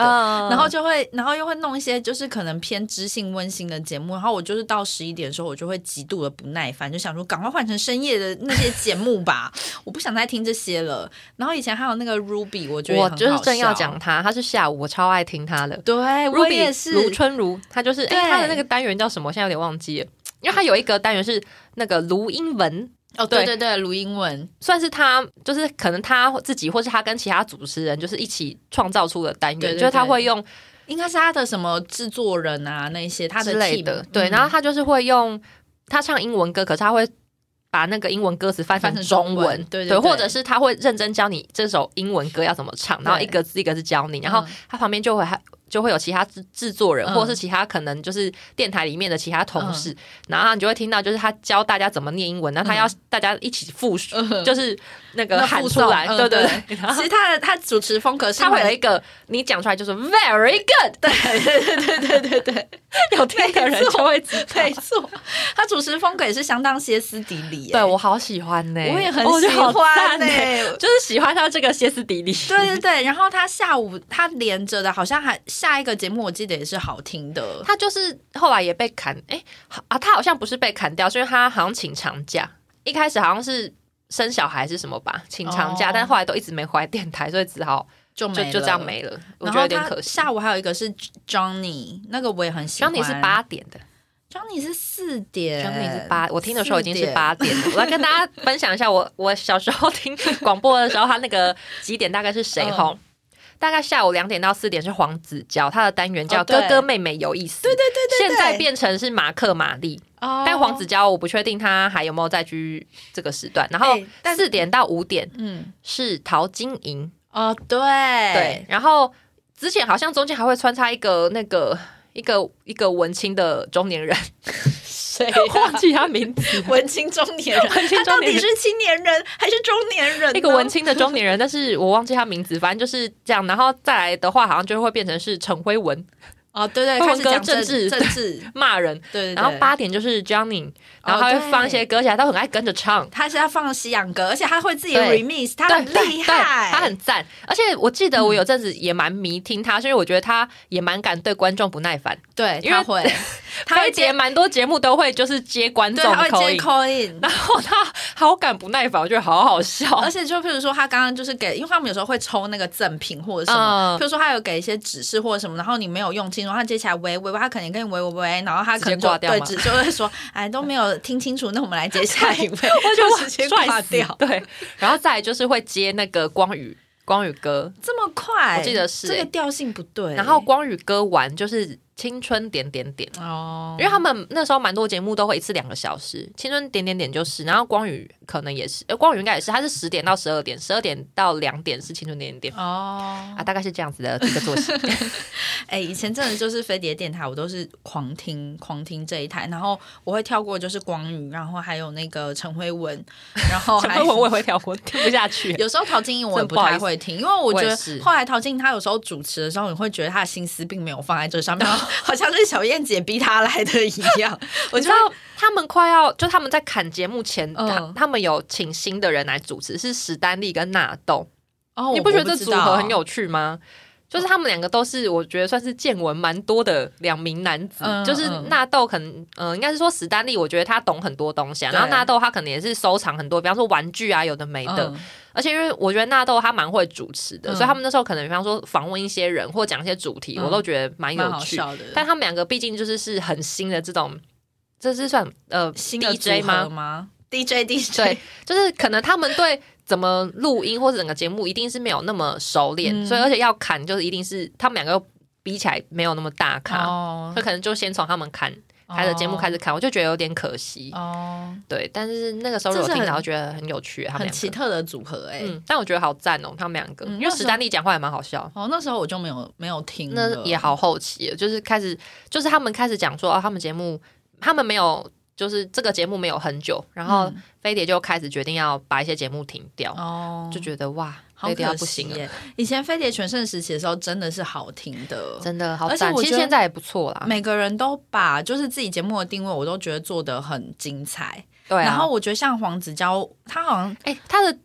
嗯、然后就会然后又会弄一些就是可能偏知性温馨的节目，然后我就是到十一点的时候我就会极度的不耐烦，就想说赶快换成深夜的那些节目吧我不想再听这些了。然后以前还有那个 Ruby， 我觉得也很好笑， 我就是正要讲他他是下午我超爱听他的， 对 Ruby 我也是卢春如，他就是哎，他的那个单元叫什么我现在有点忘记了，因为他有一个单元是那个卢英文哦，对对对，卢英文算是他，就是可能他自己或是他跟其他主持人就是一起创造出的单元，对对对，就是他会用， 应该是他的什么制作人啊那些他的 team 之类的，对、嗯，然后他就是会用他唱英文歌，可是他会把那个英文歌词翻成中文， 对 对, 对, 对， 或者是他会认真教你这首英文歌要怎么唱，然后一个字一个字教你，然后他旁边就会还。就会有其他制作人、嗯、或者是其他可能就是电台里面的其他同事、嗯、然后你就会听到就是他教大家怎么念英文，然后他要大家一起复述、嗯、就是那个喊出来、嗯、对对对， 其实他的他主持风格是他会有一个你讲出来就是 very good， 对对对对对对对， 有听的人就会知道， 没错，他主持风格也是相当歇斯底里， 对我好喜欢呢、欸， 我也很喜欢呢、欸， 就是喜欢他这个歇斯底里， 对对对，然后他下午他连着的好像还下一个节目我记得也是好听的， 他就是后来也被砍，哎啊，他好像不是被砍掉，是因为他好像请长假，一开始好像是生小孩是什么吧，请长假，哦、但后来都一直没回来电台，所以只好就就就这样没了，我觉得有点可惜。 下午还有一个是 Johnny， 那个我也很喜欢 ，Johnny 是八点的。 Johnny 是四点 ，Johnny 是八，我听的时候已经是八点了。我来跟大家分享一下我，我我小时候听广播的时候，他那个几点大概是谁吼？嗯大概下午两点到四点是黄子佼，他的单元叫哥哥妹妹有意思， 对对对对， 现在变成是马克玛丽，哦、但黄子佼我不确定他还有没有再居这个时段。然后四点到五点，嗯，是陶晶莹， 哦，对对，然后之前好像中间还会穿插一个那个一个一个文青的中年人。谁、啊、忘记他名字？ 文青中年人，他到底是青年人还是中年人？ 一个文青的中年人，但是我忘记他名字，反正就是这样。然后再来的话，好像就会变成是陈辉文。 哦，对对， 开始讲政治政治骂人， 对, 对, 对。 然后八点就是 Johnny， 然后他会放一些歌，而且他都很爱跟着唱。 他是要放西洋歌，而且他会自己 remix， 他很厉害， 他很赞。而且我记得我有阵子也蛮迷听他，是因为我觉得他也蛮敢对观众不耐烦。 对，他会， 他会接蛮多节目都会就是接观众 call in， 然后他好敢不耐烦，我觉得好好笑。 而且就譬如说他刚刚就是给，因为他们有时候会抽那个赠品或者什么，嗯、譬如说他有给一些指示或者什么，然后你没有用清楚，他接起来喂喂喂，他可能跟你喂喂喂，然后他可能就对只就会说，哎都没有听清楚，那我们来接下一位， 我就直接挂掉。 对，然后再来就是会接那个光宇。光宇歌这么快， 我记得是、欸、 这个调性不对。 然后光宇歌完就是青春点点点哦，因为他们那时候蛮多节目都会一次两个小时，青春点点点就是，然后光宇可能也是，呃，光宇应该也是，他是十点到十二点，十二点到两点是青春点点点哦，啊，大概是这样子的一个作息。 哎、欸，以前真的就是飞碟电台，我都是狂听狂听这一台，然后我会跳过就是光宇，然后还有那个陈辉文，然后陈辉文我也会跳过，听不下去。 有时候陶晶莹我也不太会听，因为我觉得后来陶晶莹她有时候主持的时候，你会觉得她的心思并没有放在这上面，好像是小燕姐逼她来的一样。我知道他们快要就他们在砍节目前，嗯、他, 他们有请新的人来主持，是史丹利跟纳豆。哦，你不觉得这组合很有趣吗？就是他们两个都是我觉得算是见闻蛮多的两名男子，嗯、就是纳豆可能呃应该是说史丹利，我觉得他懂很多东西啊，然后纳豆他可能也是收藏很多，比方说玩具啊有的没的，嗯、而且因为我觉得纳豆他蛮会主持的，嗯、所以他们那时候可能比方说访问一些人或讲一些主题，嗯、我都觉得蛮有趣的。但他们两个毕竟就是是很新的这种，这是算呃新的 D J 吗？ 吗 ？D J D J 对，就是可能他们对。怎么录音或者整个节目一定是没有那么熟练，嗯、所以而且要砍就是一定是他们两个又比起来没有那么大咖，哦、所以可能就先从他们砍开的节目开始砍，哦、我就觉得有点可惜。哦，对，但是那个时候我听到觉得很有趣，他们很奇特的组合哎，欸嗯，但我觉得好赞哦，他们两个，嗯、因为史丹利讲话也蛮好笑。 哦，那时候我就没有没有听了， 那也好后期了，就是开始就是他们开始讲说，哦，他们节目他们没有。就是这个节目没有很久，然后飞碟就开始决定要把一些节目停掉，哦、就觉得哇，飞碟要不行了。 以前飞碟全盛时期的时候，真的是好听的， 真的好赞。其实现在也不错啦。 每个人都把就是自己节目的定位，我都觉得做得很精彩。 对、啊， 然后我觉得像黄子佼，他好像哎、欸，他的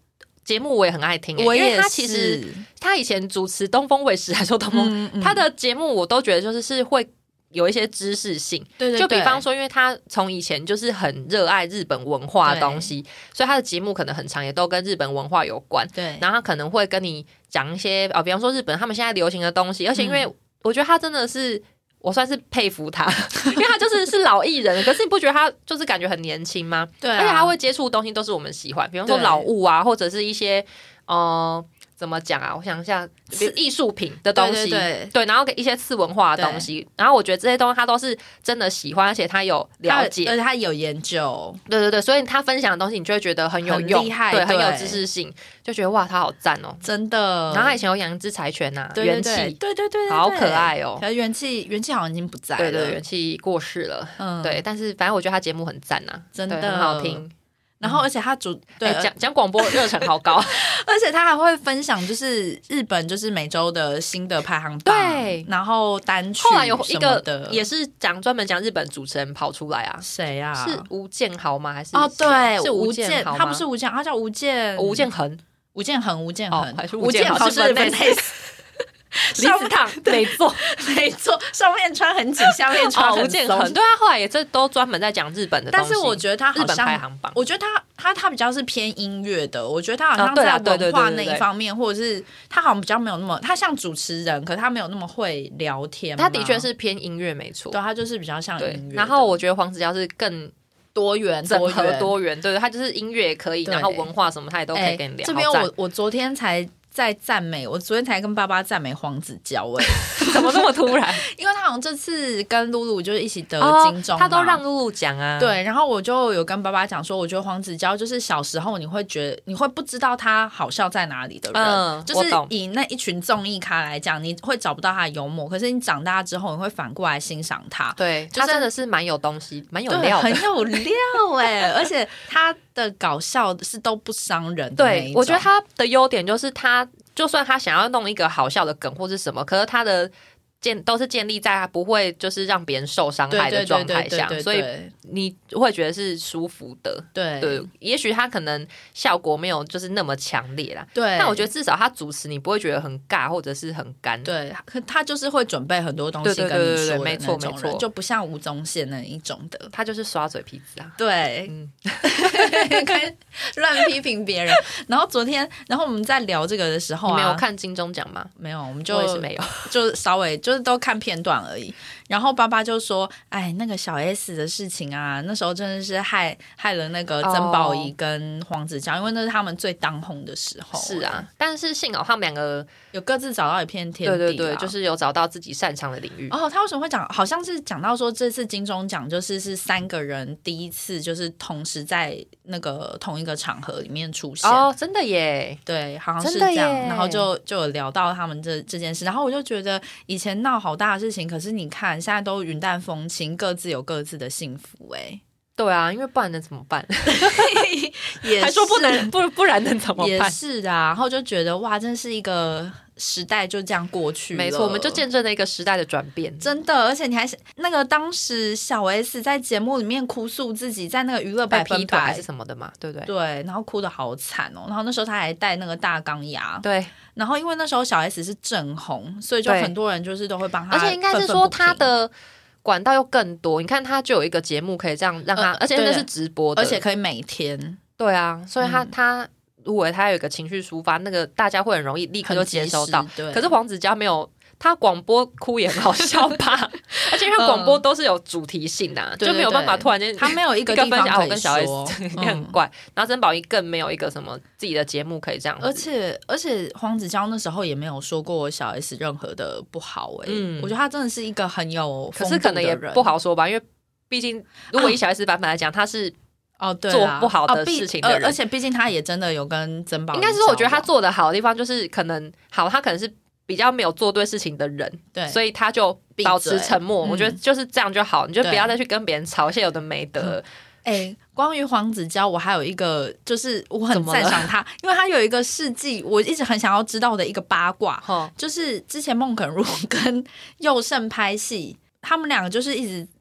节目我也很爱听、欸， 我也是， 因为他其实他以前主持东风卫视还说东风、嗯嗯、他的节目我都觉得就是是会有一些知识性， 对对对， 就比方说因为他从以前就是很热爱日本文化的东西，所以他的节目可能很长也都跟日本文化有关， 对， 然后他可能会跟你讲一些、哦、比方说日本他们现在流行的东西，而且因为我觉得他真的是我算是佩服他因为他就是是老艺人可是你不觉得他就是感觉很年轻吗？ 对、啊， 而且他会接触的东西都是我们喜欢，比方说老物啊，或者是一些呃怎么讲啊？我想一下，艺术品的东西，对, 对, 对, 对，然后给一些次文化的东西，然后我觉得这些东西他都是真的喜欢，而且他有了解， 而且他有研究， 对对对，所以他分享的东西你就会觉得很有用， 很厉害， 对，很有知识性，就觉得哇，他好赞哦， 真的。 然后他以前有养一只柴犬呐、啊， 对对对元气， 对对 对, 对， 好可爱哦。 可是元气元气好像已经不在了， 对对，元气过世了，嗯，对，但是反正我觉得他节目很赞呐、啊， 真的很好听。 然后，而且他主对讲讲广播热忱好高， 而且他还会分享，就是日本就是每周的新的排行榜， 对， 然后单曲。 后来有一个也是讲专门讲日本主持人跑出来啊， 谁啊？ 是吴建豪吗？还是哦，对， 是吴建豪吗？ 他不是吴建，他叫吴建吴建衡， 吴建衡，吴建衡， 哦、还是吴建豪是 Vanness。 离子烫没错没错，上面穿很紧，下面穿很松、 哦、对，他后来也这都专门在讲日本的东西， 但是我觉得他好像日本排行榜， 我觉得他他他比较是偏音乐的，我觉得他好像在文化那一方面，或者是他好像比较没有那么，他像主持人，可是他没有那么会聊天。 他的确是偏音乐没错， 对，他就是比较像音乐。 然后我觉得黄子佼是更多元整合多元，对，他就是音乐也可以，然后文化什么他也都可以跟你聊。 这边我我昨天才在赞美，我昨天才跟爸爸赞美黄子佼哎、 欸，怎么那么突然？ 因为他好像这次跟露露就是一起得金钟、哦， 他都让露露讲啊。 对，然后我就有跟爸爸讲说，我觉得黄子佼就是小时候你会觉得你会不知道他好笑在哪里的人， 嗯、 就是以那一群综艺咖来讲，你会找不到他的幽默，可是你长大之后你会反过来欣赏他。 对， 就是、 他真的是蛮有东西，蛮有料的， 很有料哎、欸，而且他的搞笑是都不伤人的那一种。 对，我觉得他的优点就是他。就算他想要弄一个好笑的梗或是什么，可是他的建都是建立在他不会就是让别人受伤害的状态下，所以你会觉得是舒服的。 对对，也许他可能效果没有就是那么强烈啦， 对， 但我觉得至少他主持你不会觉得很尬或者是很干。 对，他就是会准备很多东西跟你说的那种人， 没错没错， 就不像吴宗宪那一种的， 他就是耍嘴皮子啊。 对，嗯，乱批评别人。然后昨天，然后我们在聊这个的时候、啊， 你没有看金钟奖吗？ 没有，我们就我也是没有， 就稍微就是都看片段而已。然后爸爸就说：“哎，那个小 S 的事情啊，那时候真的是害害了那个曾宝仪跟黄子佼，因为那是他们最当红的时候。” 是啊，但是幸好他们两个有各自找到一片天地、啊， 对对对，就是有找到自己擅长的领域。 哦，他为什么会讲？好像是讲到说这次金钟奖就是是三个人第一次就是同时在那个同一个场合里面出现。 哦，真的耶！ 对，好像是这样。然后就就有聊到他们这这件事，然后我就觉得以前闹好大的事情，可是你看现在都云淡风轻，各自有各自的幸福、欸。哎， 对啊，因为不然能怎么办？ 也还说不能不不然能怎么办？ 也是啊，然后就觉得哇，真是一个时代就这样过去了。 没错，我们就见证了一个时代的转变， 真的。而且你还是那个当时小 S 在节目里面哭诉自己在那个娱乐百分百还是什么的嘛，对不对？ 对，然后哭得好惨哦。然后那时候他还戴那个大钢牙， 对。 然后因为那时候小 S 是正红，所以就很多人就是都会帮他， 而且应该是说他的管道又更多。你看他就有一个节目可以这样让他，呃、而且那是直播的， 而且可以每天。 对啊，所以他、嗯、他如果他有一个情绪抒发，那个大家会很容易立刻就接收到。可是黄子佼没有。他广播哭也很好笑吧，而且因为广播都是有主题性的、啊嗯，就没有办法突然间他没有一个地方可以说， 我跟小 S 也很怪、嗯。然后曾宝仪更没有一个什么自己的节目可以这样子， 而且而且黄子佼那时候也没有说过小 S 任何的不好哎、欸嗯，我觉得他真的是一个很有风度的人，可是可能也不好说吧，因为毕竟如果以小 S 版本来讲，他是。 哦，对， 做不好的事情的人， 哦呃、而且毕竟他也真的有跟曾宝仪， 应该是说，我觉得他做的好的地方就是可能好，他可能是比较没有做对事情的人， 对， 所以他就保持沉默。我觉得就是这样就好，你就不要再去跟别人吵一些有的没的。 哎、欸，关于黄子佼，我还有一个，就是我很赞赏他，因为他有一个事迹，我一直很想要知道的一个八卦，就是之前孟肯如跟佑胜拍戏，他们两个就是一直。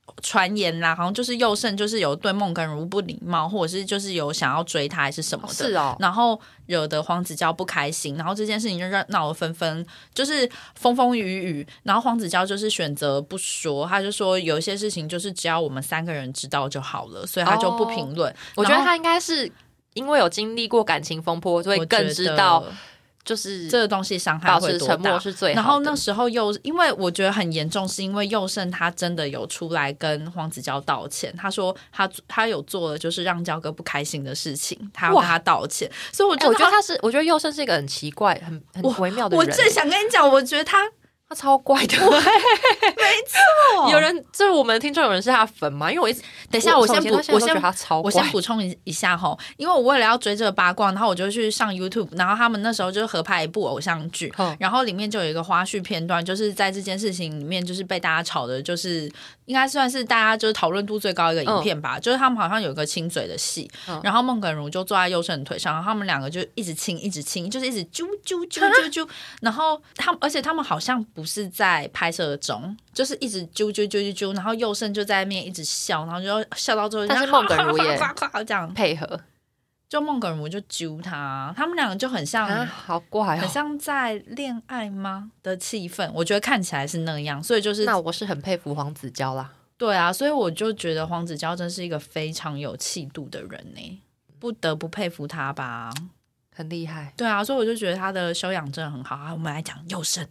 传言啦，好像就是佑胜就是有对孟耿如不礼貌，或者是就是有想要追他还是什么的， 是哦， 然后惹得黄子佼不开心，然后这件事情就让闹得纷纷，就是风风雨雨，然后黄子佼就是选择不说，他就说有一些事情就是只要我们三个人知道就好了，所以他就不评论、哦、 我觉得他应该是因为有经历过感情风波，所以更知道就是这个东西伤害会多大， 保持沉默是最好的。 然后那时候又因为我觉得很严重，是因为佑胜他真的有出来跟黄子佼道歉，他说他他有做了就是让佼哥不开心的事情，他要跟他道歉。所以我觉得、欸、 我觉得他是，我觉得佑胜是一个很奇怪、很很微妙的人。 我正想跟你讲，我觉得他。 他超怪的， 没错。 有人就是我们的听众，有人是他的粉吗？因为我一直等一下，我先补，我先他超怪我先补充一下哈，因为我为了要追这个八卦，然后我就去上 YouTube， 然后他们那时候就合拍一部偶像剧，嗯、然后里面就有一个花絮片段，就是在这件事情里面，就是被大家吵的，就是应该算是大家就是讨论度最高的一个影片吧。嗯、就是他们好像有一个亲嘴的戏，嗯、然后孟耿如就坐在佑胜的腿上，然后他们两个就一直亲，一直亲，就是一直啾啾啾啾啾，然后他们，而且他们好像不是在拍摄中，就是一直啾啾啾啾啾，然后佑胜就在那边一直笑，然后就笑到最后， 但是孟耿如也这样配合， 就孟耿如就揪他，他们两个就很像，啊、 好怪、哦， 很像在恋爱吗的气氛？我觉得看起来是那样，所以就是那我是很佩服黄子佼啦。 对啊，所以我就觉得黄子佼真是一个非常有气度的人呢，不得不佩服他吧。 很厉害， 对啊，所以我就觉得他的修养真的很好。我们来讲佑胜，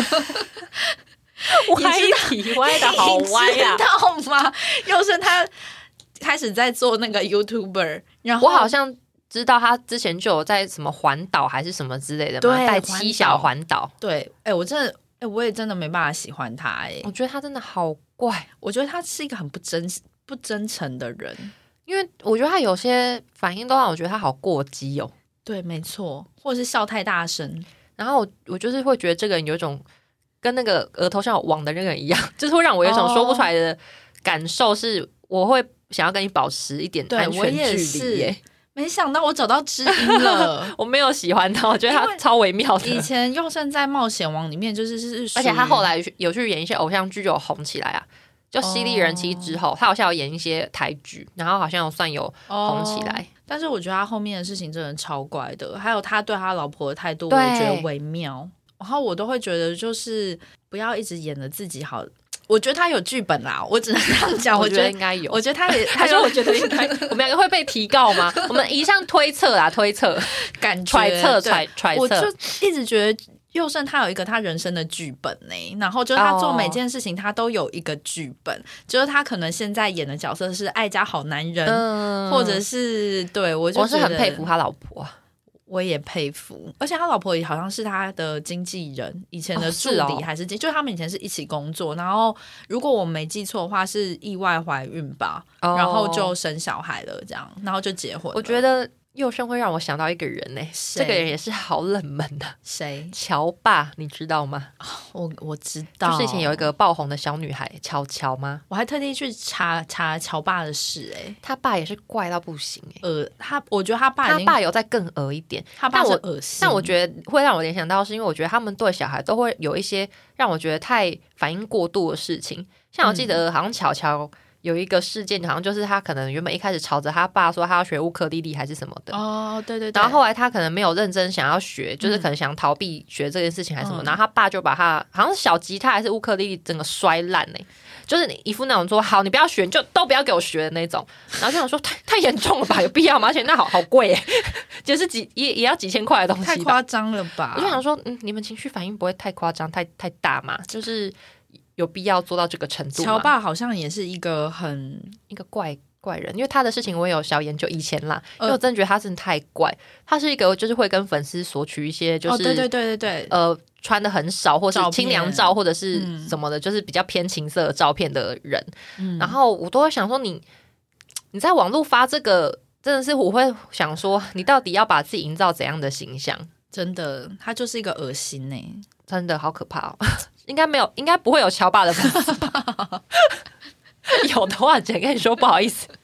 歪题歪的好歪啊， 知道吗？佑胜他开始在做那个 YouTuber， 然后我好像知道他之前就有在什么环岛还是什么之类的嘛，带七小环岛。 对，哎、欸，我真的，哎、欸，我也真的没办法喜欢他、欸，哎， 我觉得他真的好怪， 我觉得他是一个很不真不真诚的人， 因为我觉得他有些反应都让我觉得他好过激哦。 对，没错，或者是笑太大声， 然后我我就是会觉得这个人有一种跟那个额头上有网的那个人一样，就是会让我有一种说不出来的感受，是我会想要跟你保持一点安全距离耶。 没想到我找到知音了， 我没有喜欢他，我觉得他超微妙的。 以前佑胜在《冒险王》里面就是是， 而且他后来有去演一些偶像剧，就有红起来啊。就犀利人妻之后，哦、他好像有演一些台剧，然后好像有算有红起来。哦、 但是我觉得他后面的事情真的超怪的，还有他对他老婆的态度，我也觉得微妙。然后我都会觉得，就是不要一直演的自己好。我觉得他有剧本啦，我只能这样讲。 我觉得应该有。 我觉得他也， 他说我觉得应该。我们两个会被提告吗？我们以上推测啦，推测、 感觉、 揣测、揣揣测。 我就一直觉得。佑胜他有一个他人生的剧本呢，然后就是他做每件事情他都有一个剧本， oh. 就是他可能现在演的角色是爱家好男人，嗯、或者是对我就我是很佩服他老婆， 我也佩服，而且他老婆也好像是他的经纪人，以前的助理还是、哦、是就是他们以前是一起工作，然后如果我没记错的话是意外怀孕吧， oh. 然后就生小孩了这样，然后就结婚了。 我觉得佑胜会让我想到一个人呢、欸，这个人也是好冷门的。 谁？ 乔爸，你知道吗？ 我我知道， 就是以前有一个爆红的小女孩乔乔吗？ 我还特地去查查乔爸的事、欸，哎， 他爸也是怪到不行、欸， 呃，他我觉得他爸他爸有在更恶一点， 他爸是恶心， 但我觉得会让我联想到，是因为我觉得他们对小孩都会有一些让我觉得太反应过度的事情，像我记得好像乔乔。有一个事件，好像就是他可能原本一开始吵着他爸说他要学乌克丽丽还是什么的哦，对对对， 然后后来他可能没有认真想要学，就是可能想逃避学这件事情还是什么，嗯、然后他爸就把他好像是小吉他还是乌克丽丽整个摔烂嘞、欸，就是你一副那种说好你不要学，你就都不要给我学的那种，然后就想说太太严重了吧，有必要吗？而且那好好贵哎、欸，就是几也也要几千块的东西， 太夸张了吧？ 我就想说，嗯，你们情绪反应不会太夸张、太太大嘛？就是有必要做到这个程度吗？ 乔爸好像也是一个很一个怪怪人，因为他的事情我也有小研究。以前啦，因为我真的觉得他真的太怪。他是一个就是会跟粉丝索取一些就是、哦、 对对对对对， 呃，穿的很少或是清凉照或者是什么的，嗯、就是比较偏情色的照片的人。嗯、然后我都会想说你，你你在网络发这个，真的是我会想说，你到底要把自己营造怎样的形象？ 真的，他就是一个恶心呢、欸， 真的好可怕哦。应该没有，应该不会有乔爸的粉丝吧？有的话，姐跟你说不好意思，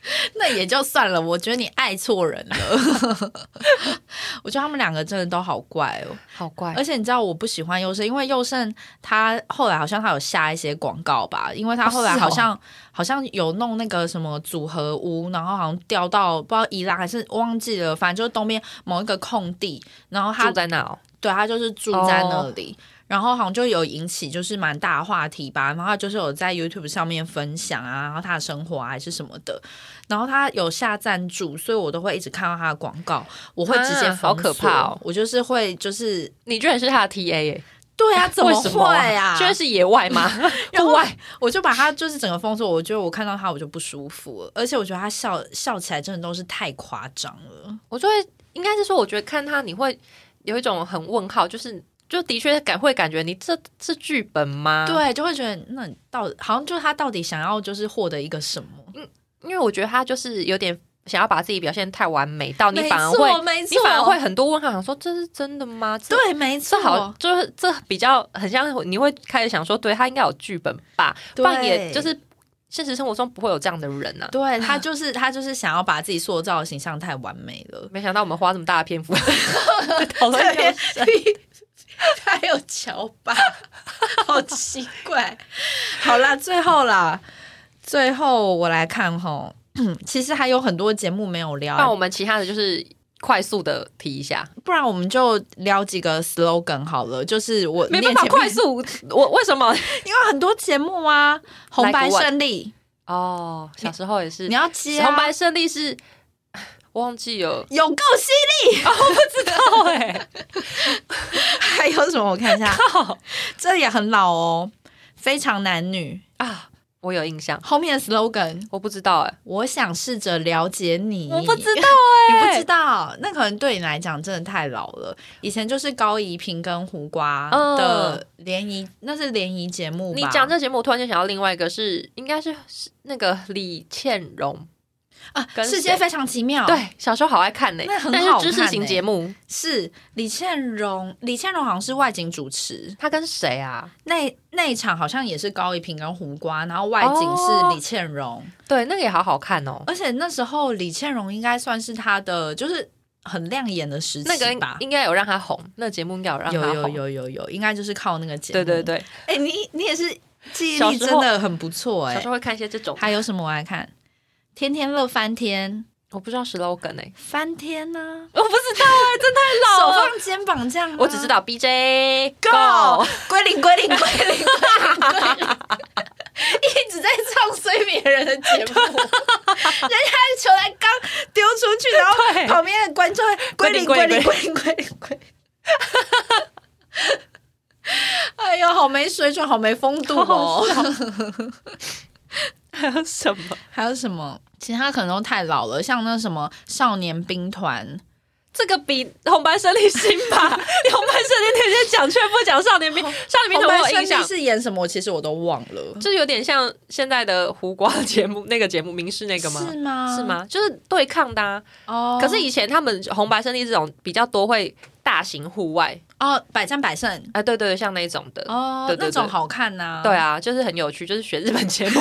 那也就算了，我觉得你爱错人了。我觉得他们两个真的都好怪哦， 好怪。 而且你知道我不喜欢佑胜，因为佑胜他后来好像他有下一些广告吧，因为他后来好像、哦、好像有弄那个什么组合屋，然后好像调到不知道宜兰还是忘记了，反正就是东边某一个空地，然后他住在那哦， 对，他就是住在那里。哦，然后好像就有引起就是蛮大的话题吧，然后他就是有在 YouTube 上面分享啊，然后他的生活啊还是什么的，然后他有下赞助，所以我都会一直看到他的广告，我会直接封锁、啊、好可怕哦！我就是会就是你居然是他的 T A 耶？ 对啊，怎么会啊？ 居然是野外吗？户外？ 我就把他就是整个封锁，我觉得我看到他我就不舒服了，而且我觉得他笑笑起来真的都是太夸张了， 我就会应该是说，我觉得看他你会有一种很问号，就是。就的确感会感觉你这是剧本吗？ 对，就会觉得那你到好像就是他到底想要就是获得一个什么？嗯， 因为我觉得他就是有点想要把自己表现太完美，到你反而会，你反而会很多问号，想说这是真的吗？ 对，没错， 这好就是这比较很像，你会开始想说，对他应该有剧本吧？不然也就是现实生活中不会有这样的人啊。 对，他就是他就是想要把自己塑造的形象太完美了。 没想到我们花这么大的篇幅讨论这个。 还有乔爸，好奇怪。好啦，最后啦，最后我来看齁，其实还有很多节目没有聊， 那我们其他的就是快速的提一下， 不然我们就聊几个 slogan 好了。就是我没办法快速，我为什么？ 因为很多节目啊，红白胜利哦，小时候也是， 你要接、啊、 红白胜利是。我忘记了， 有够犀利、 哦、我不知道哎、欸。 还有什么？我看一下，这也很老哦，非常男女啊，我有印象。 后面的 slogan 我不知道哎、欸， 我想试着了解你， 我不知道哎、 欸，你不知道，那可能对你来讲真的太老了。以前就是高怡平跟胡瓜的联谊、嗯，那是联谊节目吧？ 你讲这节目，我突然就想到另外一个是，应该是那个李倩蓉。 啊，世界非常奇妙， 对，小时候好爱看呢、欸， 那很好看、欸， 知识型节目。 是李倩蓉，李倩蓉好像是外景主持， 她跟谁啊？ 那那一场好像也是高怡平跟胡瓜，然后外景是李倩蓉、哦， 对，那个也好好看哦。 而且那时候李倩蓉应该算是她的就是很亮眼的时期吧， 那个应该有让她红，那节目应该有让她红， 有有有有有，应该就是靠那个节目。 对对对， 哎、欸，你你也是记忆力真的很不错哎、欸， 小时候会看一些这种。 还有什么我来看？天天乐翻天， 我不知道 slogan 哎、欸， 翻天呢、啊？ 我不知道哎、欸，真太老了。手放肩膀这样、啊， 我只知道 B J Go 归零归零归零归零归零，一直在唱催眠人的节目，人家的球才刚丢出去，然后旁边的观众归零归零归零归零归零。哎呦，好没水准，好没风度哦。 还有什么？ 还有什么？其他可能都太老了，像那什么少年兵团， 这个比红白胜利新吧？红白胜利那天讲却不讲少年兵，少年兵团我有印象是演什么，其实我都忘了， 就是有点像现在的胡瓜节目，那个节目民视那个吗？ 是吗？ 是吗？就是对抗的啊。哦。可是以前他们红白胜利这种比较多会大型户外。 哦，百战百胜啊、 呃，对对对，像那种的哦，对对对，那种好看呐、啊。 对啊，就是很有趣，就是学日本节目，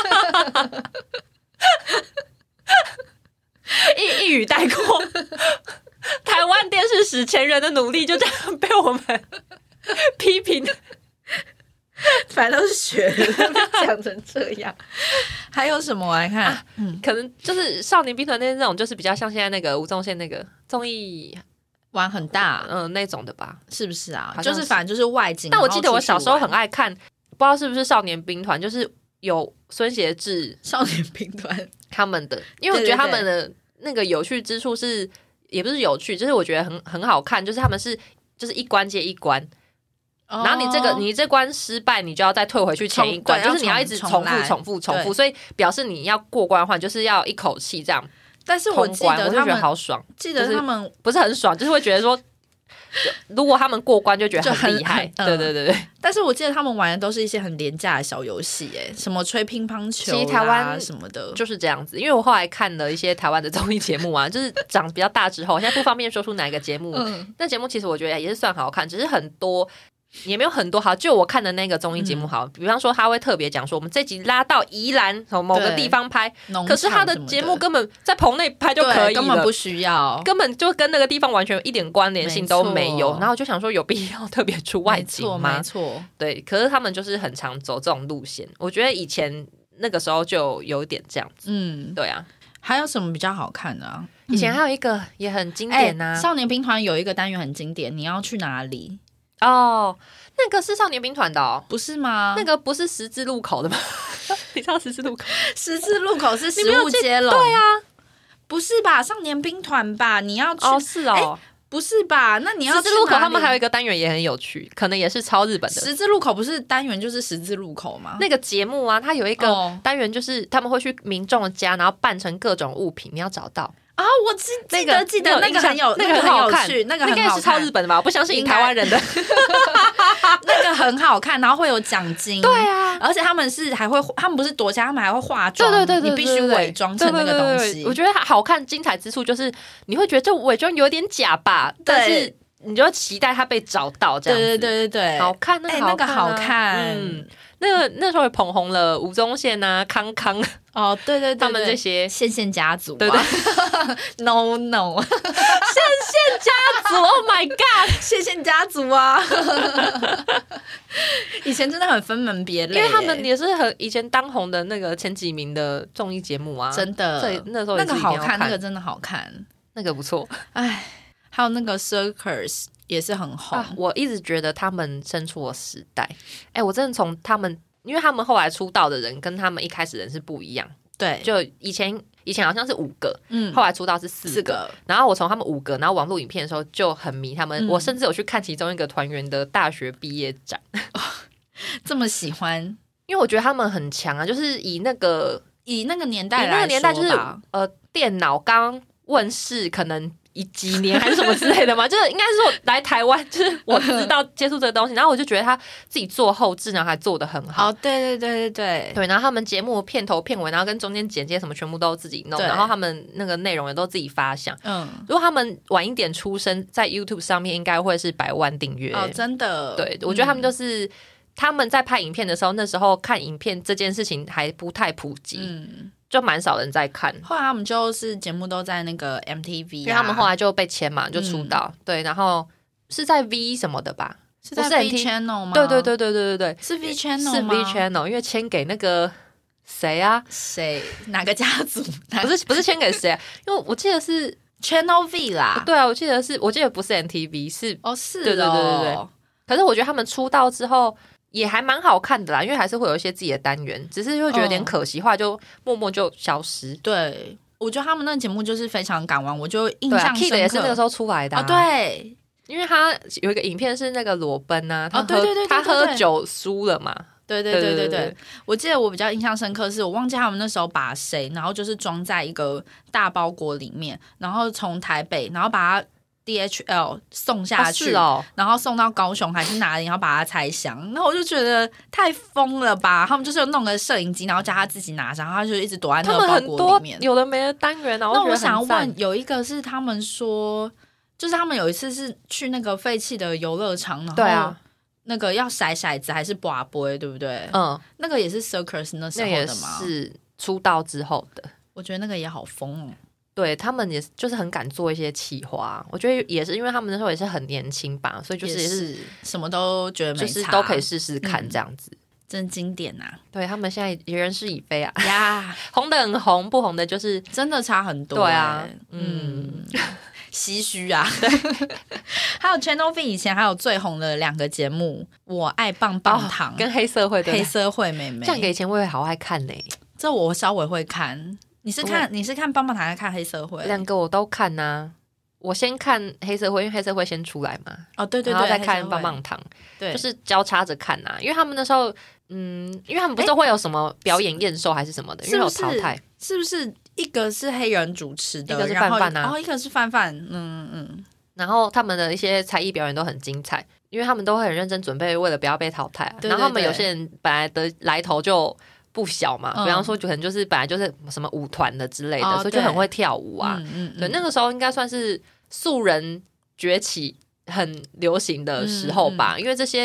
一一语带过。台湾电视史前人的努力就这样被我们批评， 反正都是学的，讲成这样。还有什么我来看、啊嗯？可能就是少年兵团那种，就是比较像现在那个吴宗宪那个综艺。 玩很大， 嗯、呃，那种的吧， 是不是啊？ 是就是反正就是外景。 但我记得我小时候很爱看，不知道是不是少年兵团，就是有孙协志少年兵团他们的，因为我觉得他们的那个有趣之处是，也不是有趣，就是我觉得很很好看，就是他们是就是一关接一关。哦、然后你这个你这关失败，你就要再退回去前一关，就是你要一直重复重复重复，所以表示你要过关的话，就是要一口气这样。 但是我记得他们我就觉得好爽， 记得他们、 就是、不是很爽，就是会觉得说，如果他们过关就觉得很厉害，嗯、对对对对。 但是我记得他们玩的都是一些很廉价的小游戏，哎，什么吹乒乓球、啊， 其实台湾什么的就是这样子。因为我后来看了一些台湾的综艺节目啊，就是长比较大之后，现在不方便说出哪个节目。嗯，那节目其实我觉得也是算好看，只是很多也没有很多好，就我看的那个综艺节目好、嗯，比方说他会特别讲说我们这集拉到宜兰从某个地方拍，可是他的节目根本在棚内拍就可以了， 根本不需要， 根本就跟那个地方完全一点关联性都没有。然后我就想说有必要特别出外景吗？ 没错，对。 可是他们就是很常走这种路线，我觉得以前那个时候就有点这样子。嗯，对啊。 还有什么比较好看的啊？ 以前还有一个也很经典啊， 欸、少年兵团有一个单元很经典，你要去哪里？ 哦，那个是少年兵团的哦， 不是吗？ 那个不是十字路口的吗？你知道十字路口？ 十字路口是食物接龙， 对啊， 不是吧？少年兵团吧？你要去？ 哦，是哦。欸不是吧？那你要十字路口他们还有一个单元也很有趣，可能也是超日本的。 十字路口不是单元就是十字路口吗？ 那个节目啊，它有一个单元就是他们会去民众的家，然后扮成各种物品，你要找到。 啊、哦，我记记得、那个、记得那个很有那个很有趣，那个很好看， 应该是超日本的吧？我不相信台湾人的那个很好看，然后会有奖金。 对啊， 而且他们是还会，他们不是躲起来，他们还会化妆。 对对对对， 你必须伪装成那个东西。 对对对对，我觉得好看精彩之处就是你会觉得这伪装有点假吧，但是你就期待他被找到这样子。 对对对对对， 好看，那个好看、啊欸，那个好看。 嗯，那个那时候也捧红了吴宗宪啊、康康哦，对对对， 他们这些宪宪家族、啊， 对对 ，no no， 宪宪家族 ，Oh my God， 宪宪家族啊，以前真的很分门别类， 因为他们也是很以前当红的那个前几名的综艺节目啊， 真的， 所以那时候也是那个好看， 看， 那个真的好看， 那个不错， 哎，还有那个 Circus 也是很红、啊， 我一直觉得他们生出了时代，哎，我真的从他们。因为他们后来出道的人跟他们一开始的人是不一样， 对， 就以前以前好像是五个， 嗯， 后来出道是四个， 四个然后我从他们五个，然后网络影片的时候就很迷他们、嗯，我甚至有去看其中一个团员的大学毕业展， 哦、这么喜欢， 因为我觉得他们很强啊，就是以那个以那个年代来说， 以那个年代就是呃电脑刚问世，可能。一几年还是什么之类的嘛，就是应该是说来台湾，就是我知道接触这个东西，然后我就觉得他自己做后置，然后还做得很好。 哦，对对对对对对，然后他们节目片头片尾，然后跟中间剪接什么全部都自己弄，然后他们那个内容也都自己发想。嗯，如果他们晚一点出生，在 YouTube 上面应该会是百万订阅。 哦，真的。 对，我觉得他们就是、嗯、他们在拍影片的时候，那时候看影片这件事情还不太普及。嗯。就蛮少人在看， 后来他们就是节目都在那个 M T V，、啊、 因为他们后来就被签嘛，就出道、嗯，对，然后是在 V 什么的吧？ 是在 V Channel 吗？ 对对对对对对对， 是 V Channel 是 V Channel， 因为签给那个谁啊？ 谁？哪个家族？ 不是不是签给谁、啊？因为我记得是 Channel V 啦。 对啊，我记得是，我记得不是 M T V， 是哦是哦， 对对对对对。可是我觉得他们出道之后。也还蛮好看的啦，因为还是会有一些自己的单元，只是会觉得有点可惜，后来就默默就消失。 对，我觉得他们那个节目就是非常敢玩，我就印象深刻。 Kid 也是那个时候出来的、啊哦，对， 因为他有一个影片是那个裸奔啊，他喝、 哦、对对对对对他喝酒输了嘛。 对对对对 对, 对, 对，我记得我比较印象深刻是我忘记他们那时候把谁，然后就是装在一个大包裹里面，然后从台北，然后把它。D H L 送下去、 哦哦、 然后送到高雄还是哪里，然后把它拆箱，那我就觉得太疯了吧！他们就是弄个摄影机，然后叫他自己拿上，然后他就一直躲在那个包裹里面。 有的没的单元，然后那我想问，有一个是他们说，就是他们有一次是去那个废弃的游乐场，然后对啊， 那个要骰骰子还是拔杯，对不对？嗯，那个也是 Circus 那时候的吗？ 是出道之后的。 我觉得那个也好疯哦。 对他们也就是很敢做一些企划，我觉得也是因为他们那时候也是很年轻吧，所以就是也是什么都觉得没差， 就是都可以试试看这样子，嗯、 真经典啊！ 对他们现在也人事已非啊呀， yeah, 红的很红，不红的就是真的差很多、 欸。 对啊， 嗯，唏嘘啊。对，还有 Channel V 以前还有最红的两个节目，我爱棒棒糖、 哦、跟黑社会， 黑社会妹妹， 这样给以前我也好爱看呢、欸。 这我稍微会看。你是看你是看棒棒糖还是看黑社会？ 两个我都看呐、啊。我先看黑社会，因为黑社会先出来嘛。 哦，对对对， 然后再看棒棒糖， 对， 就是交叉着看呐、啊。因为他们那时候，嗯，因为他们不是会有什么表演验收还是什么的，因为有淘汰。 是不是一个是黑人主持的， 一个是范范啊， 然后一个是范范，嗯嗯。 然后他们的一些才艺表演都很精彩，因为他们都会很认真准备，为了不要被淘汰、啊。 对对对， 然后他们有些人本来的来头就。不小嘛，比方说可能就是本来就是什么舞团的之类的， 哦、 所以就很会跳舞啊。 嗯嗯嗯、 对，那个时候应该算是素人崛起很流行的时候吧， 嗯嗯、 因为这些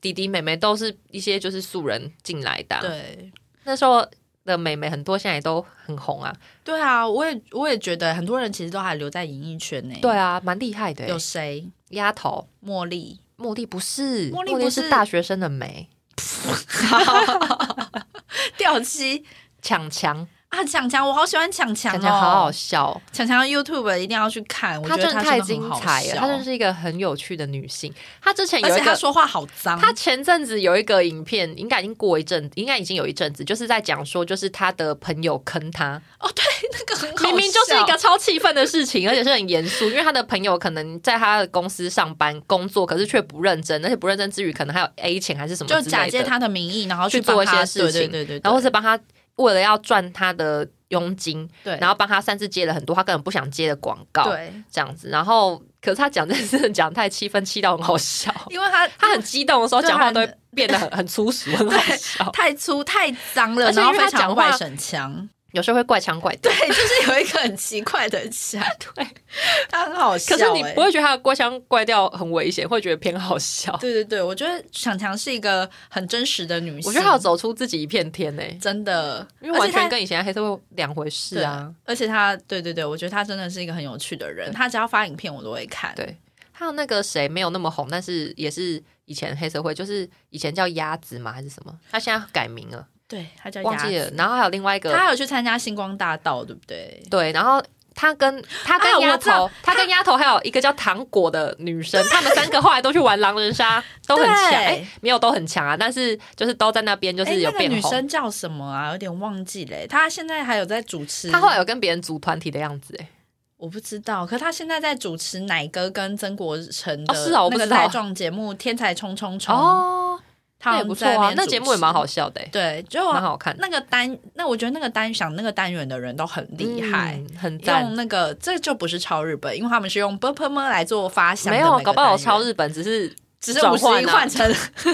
弟弟妹妹都是一些就是素人进来的、啊。 对， 那时候的妹妹很多现在也都很红啊。 对啊，我也我也觉得很多人其实都还留在演艺圈呢。 对啊，蛮厉害的。 有谁？ 丫头茉莉。 茉莉不是， 茉莉不是大学生的美。 掉漆强强啊，强强，我好喜欢强强哦， 强强好好笑。 强强 YouTube 一定要去看，我觉得她真的太精彩了， 她真的是一个很有趣的女性。她之前有一个， 而且她说话好脏。 她前阵子有一个影片，应该已经过一阵，应该已经有一阵子，就是在讲说，就是她的朋友坑她。 哦，对，那个很好笑， 明明就是一个超气愤的事情，而且是很严肃，因为她的朋友可能在她的公司上班工作，可是却不认真，而且不认真之余，可能还有 A 钱还是什么之类的， 就假借她的名义，然后去做一些事情， 对对 对, 对, 对， 然后是帮她为了要赚她的佣金， 对， 然后帮他擅自接了很多他根本不想接的广告， 对， 这样子。然后，可是他讲这件事讲太气愤，气到很好笑， 因为他他很激动的时候讲话都会变得很很粗俗，很好笑， 太粗太脏了，然后非常外省腔。 有时候会怪腔怪调， 对，就是有一个很奇怪的腔， 对， 他很好笑、欸。 可是你不会觉得他的怪腔怪调很危险，会觉得偏好笑。 对对对，我觉得强强是一个很真实的女性， 我觉得她要走出自己一片天呢、欸， 真的， 因为完全跟以前黑社会两回事啊。 而且她，对对对，我觉得她真的是一个很有趣的人，她只要发影片我都会看。 对，还有那个谁没有那么红，但是也是以前黑社会，就是以前叫鸭子嘛还是什么，他现在改名了。 对，他叫忘记了，然后还有另外一个， 他还有去参加星光大道，对不对？ 对，然后他跟他跟丫头，啊、他跟丫头还有一个叫糖果的女生，他们三个后来都去玩狼人杀，都很强，哎，没有都很强啊，但是就是都在那边就是有变红。 那个女生叫什么啊？有点忘记嘞。她现在还有在主持， 她后来有跟别人组团体的样子，哎， 我不知道。可她现在在主持奶哥跟曾国成的那个带状节目《天才冲冲冲》哦。 那也不错啊，那节目也蛮好笑的、欸， 对，就蛮好看。 那个单，那我觉得那个单想那个单元的人都很厉害， 嗯、很赞。 用那个这就不是超日本，因为他们是用 b p m 来做发想的。 没有，搞不好超日本只是只是五十一换成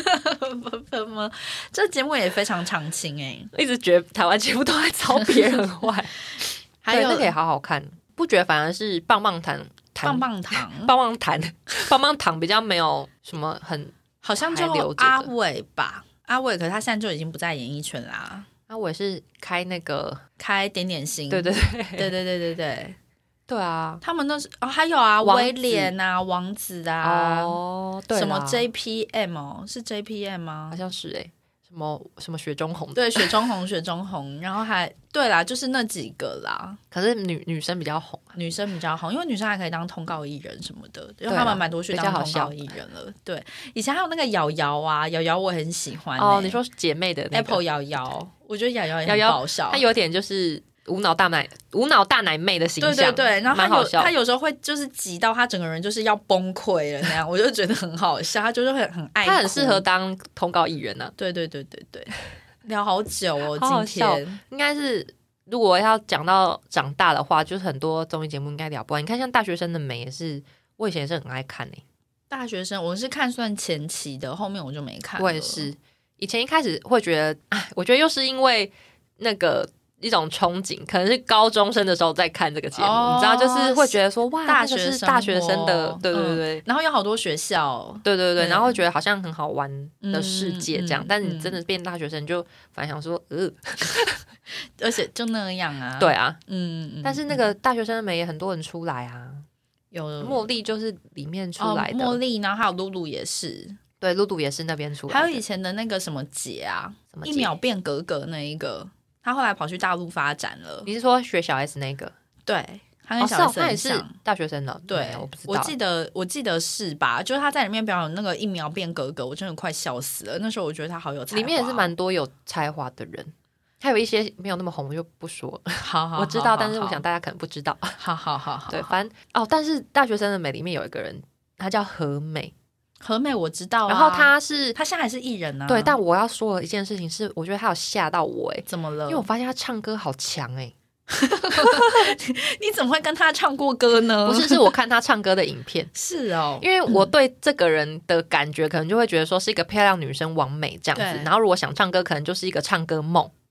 b p m。这节目也非常常青哎、 欸，一直觉得台湾节目都在抄别人坏， 还有那个也好好看，不觉得反而是棒棒糖、 棒棒糖、 棒棒糖、棒棒糖比较没有什么很。 好像就阿伟吧，阿伟，可是他现在就已经不在演艺圈啦。 阿伟是开那个开点点心， 对对对对对对对对对啊， 他们那是哦，还有啊，威廉啊，王子啊， 哦，对， 什么 J P M 哦，是 J P M 吗？ 好像是哎、欸，什么什么雪中红， 对，雪中红，雪中红，然后还对啦，就是那几个啦。 可是女女生比较红、啊， 女生比较红，因为女生还可以当通告艺人什么的，因为他们蛮多去当通告艺人了。对，以前还有那个瑶瑶啊，瑶瑶我很喜欢、欸、 哦。你说姐妹的、那个、 Apple 瑶瑶，我觉得瑶瑶也很爆笑， 她有点就是无脑大奶无脑大奶妹的形象， 对对对，然后她有她有时候会就是急到她整个人就是要崩溃了那样，我就觉得很好笑。她就是很很爱哭， 她很适合当通告艺人啊。 对对对对对，聊好久哦， 好好笑今天应该是如果要讲到长大的话，就是很多综艺节目应该聊不完。你看像大学生的美也是，我以前也是很爱看诶、欸。 大学生我是看算前期的，后面我就没看了。 我也是，以前一开始会觉得，哎，我觉得又是因为那个。一种憧憬，可能是高中生的时候在看这个节目，哦、你知道，就是会觉得说哇， 大学生、 那是大学生的，对对对、 嗯，然后有好多学校， 对对对，然后会觉得好像很好玩的世界这样， 嗯、 但是你真的变大学生，就反正想说，呃， 而且就那样啊， 对啊， 嗯， 但是那个大学生的美也很多人出来啊， 有茉莉就是里面出来的， 哦、茉莉，然后还有露露也是， 对，露露也是那边出来的， 还有以前的那个什么姐啊， 什么一秒变格格那一个。他后来跑去大陆发展了。 你是说学小 S 那个？ 对，他跟小 S 很像、 哦哦、他也是大学生的。 对， 我不知道， 我记得我记得是吧？就是他在里面表演那个一秒变格格，我真的快笑死了。那时候我觉得他好有才华， 里面也是蛮多有才华的人，还有一些没有那么红，我就不说了。 好好， 我知道，但是我想大家可能不知道。 好好好好， 对，反正哦，但是大学生的美里面有一个人，他叫何美。 何美我知道、啊， 然后他是他现在还是艺人啊。 对，但我要说的一件事情是，我觉得他有吓到我哎、欸， 怎么了？ 因为我发现他唱歌好强哎、 欸，你怎么会跟他唱过歌呢？ 不是，是我看他唱歌的影片。 是哦， 因为我对这个人的感觉，可能就会觉得说是一个漂亮女生完美这样子，然后如果想唱歌，可能就是一个唱歌梦。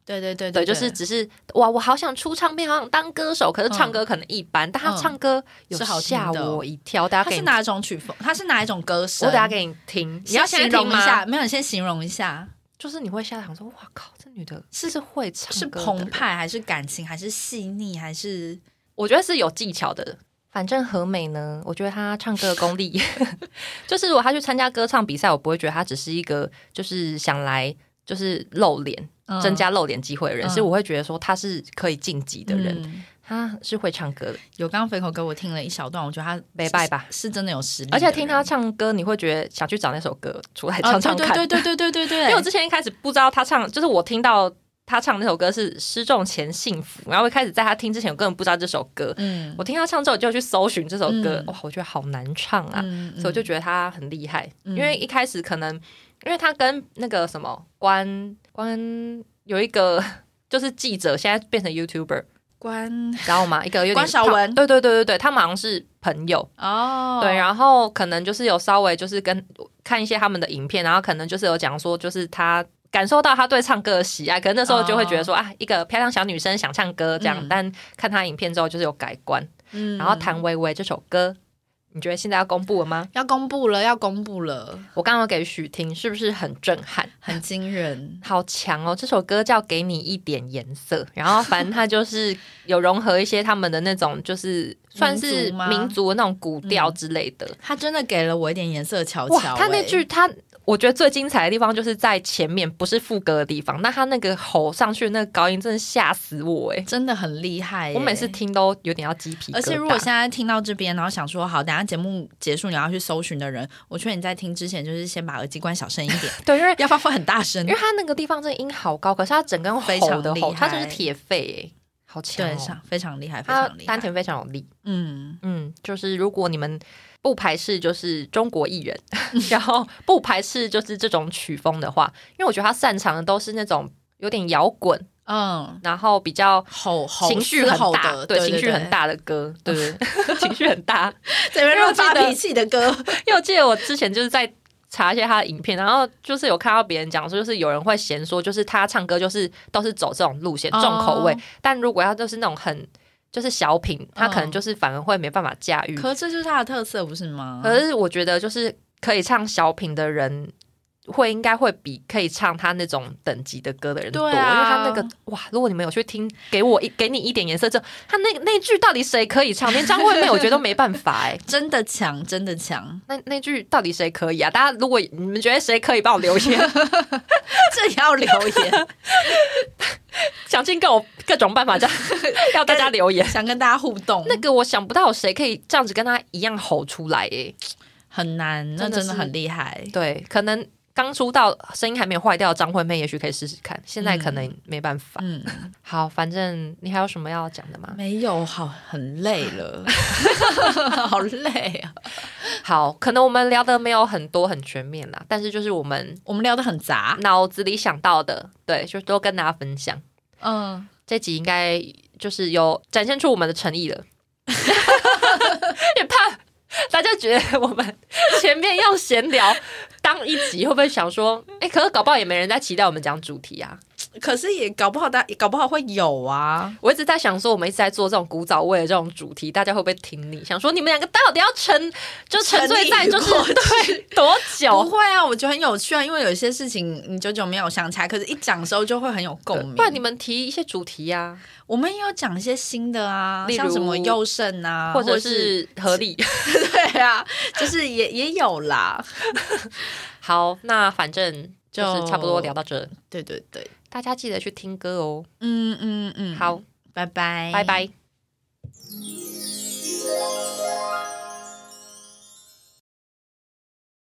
对对对对, 对，就是只是哇，我好想出唱片，好想当歌手，可是唱歌可能一般，嗯、但他唱歌有吓我一跳。大家他是哪一种曲风？他是哪一种歌声？ 我等下给你听， 你要形容一下。没有，你先形容一下。 就是你会吓想说，哇靠，这女的是是会唱歌的， 是澎湃还是感情还是细腻还是？ 我觉得是有技巧的。反正和美呢，我觉得她唱歌的功力，就是如果她去参加歌唱比赛，我不会觉得她只是一个就是想来就是露脸、嗯、增加露脸机会的人，是、嗯、我会觉得说她是可以晋级的人。嗯，他是会唱歌的。 有刚刚肥口哥我听了一小段，我觉得他没拜吧， 是真的有实力， 而且听他唱歌你会觉得想去找那首歌出来唱唱看。 对对对对对对对， 因为我之前一开始不知道他唱，就是我听到他唱那首歌是失重前幸福，然后一开始在他听之前我根本不知道这首歌，嗯，我听他唱之后就去搜寻这首歌、嗯、哇，我觉得好难唱啊、嗯嗯、所以我就觉得他很厉害、嗯、因为一开始可能因为他跟那个什么关关有一个就是记者现在变成 YouTuber 关， 知道吗？一个有点关晓雯， 对对对对对，他们好像是朋友哦。 对，然后可能就是有稍微就是跟看一些他们的影片，然后可能就是有讲说，就是他感受到他对唱歌的喜爱，可能那时候就会觉得说、哦、啊，一个漂亮小女生想唱歌这样，嗯、但看他影片之后就是有改观。嗯，然后谭维维这首歌。你觉得现在要公布了吗？ 要公布了，要公布了。 我刚刚给许听，是不是很震撼？ 很惊人， 好强哦！这首歌叫《给你一点颜色》，然后反正它就是有融合一些他们的那种，就是算是民族的那种古调之类的。 他、嗯、真的给了我一点颜色瞧瞧、欸。 他那句他。我觉得最精彩的地方就是在前面，不是副歌的地方。那他那个吼上去的那个高音真的吓死我哎、欸， 真的很厉害、欸。 我每次听都有点要鸡皮疙瘩。 而且如果现在听到这边，然后想说好，等一下节目结束你要去搜寻的人，我劝你在听之前就是先把耳机关小声一点， 对，因为要发挥很大声， 因为他那个地方真的音好高，可是他整个非常的吼，他就是铁肺哎、欸，好强、哦， 对，非常厉害，非常厉害， 丹田非常有力。 嗯嗯，就是如果你们。不排斥就是中国艺人，然后不排斥就是这种曲风的话，因为我觉得他擅長的都是那种有点摇滚， 嗯， 然后比较吼情绪很大， 的对， 对对对情绪很大的歌，对对对，情绪很大， 这边乱发脾气的歌。 因为我记得我之前就是在查一些他的影片，然后就是有看到别人讲说，就是有人会嫌说，就是他唱歌就是都是走这种路线，重口味，哦、但如果要就是那种很。就是小品，他可能就是反而会没办法驾驭、 嗯。可是这就是他的特色，不是吗？ 可是我觉得，就是可以唱小品的人，会应该会比可以唱他那种等级的歌的人多， 对啊、 因为他那个哇，如果你们有去听，给我一给你一点颜色，就他那那句到底谁可以唱？连张惠妹我觉得都没办法哎、欸， 真的强，真的强。 那那句到底谁可以啊？大家如果你们觉得谁可以，帮我留言， 这也要留言。 想尽各各种办法，这样要大家留言， 想跟大家互动。 那个我想不到有谁可以这样子跟他一样吼出来耶， 很难，那真的很厉害。 对，可能刚出道声音还没有坏掉的张惠妹，也许可以试试看。现在可能没办法。嗯，好，反正你还有什么要讲的吗？ 没有，好，很累了，好累啊。 好，可能我们聊的没有很多很全面啦，但是就是我们我们聊的很杂， 脑子里想到的，对，就都跟大家分享。 嗯， 这集应该就是有展现出我们的诚意了，也怕大家觉得我们前面要闲聊当一集，会不会想说，哎、欸，可是搞不好也没人在期待我们讲主题啊。 可是也搞不好大，搞不好会有啊。 我一直在想说，我们一直在做这种古早味的这种主题，大家会不会听你？想说你们两个到底要沉，就沉醉在就是对多久？ 不会啊，我觉得很有趣啊，因为有一些事情你久久没有想起来，可是一讲的时候就会很有共鸣。 不然你们提一些主题啊， 我们也有讲一些新的啊，像什么佑胜啊， 或者是合理， 对啊，就是也也有啦。 好，那反正就是差不多聊到这。 对对对。 大家记得去听歌哦。 嗯嗯嗯， 好， 拜拜， 拜拜。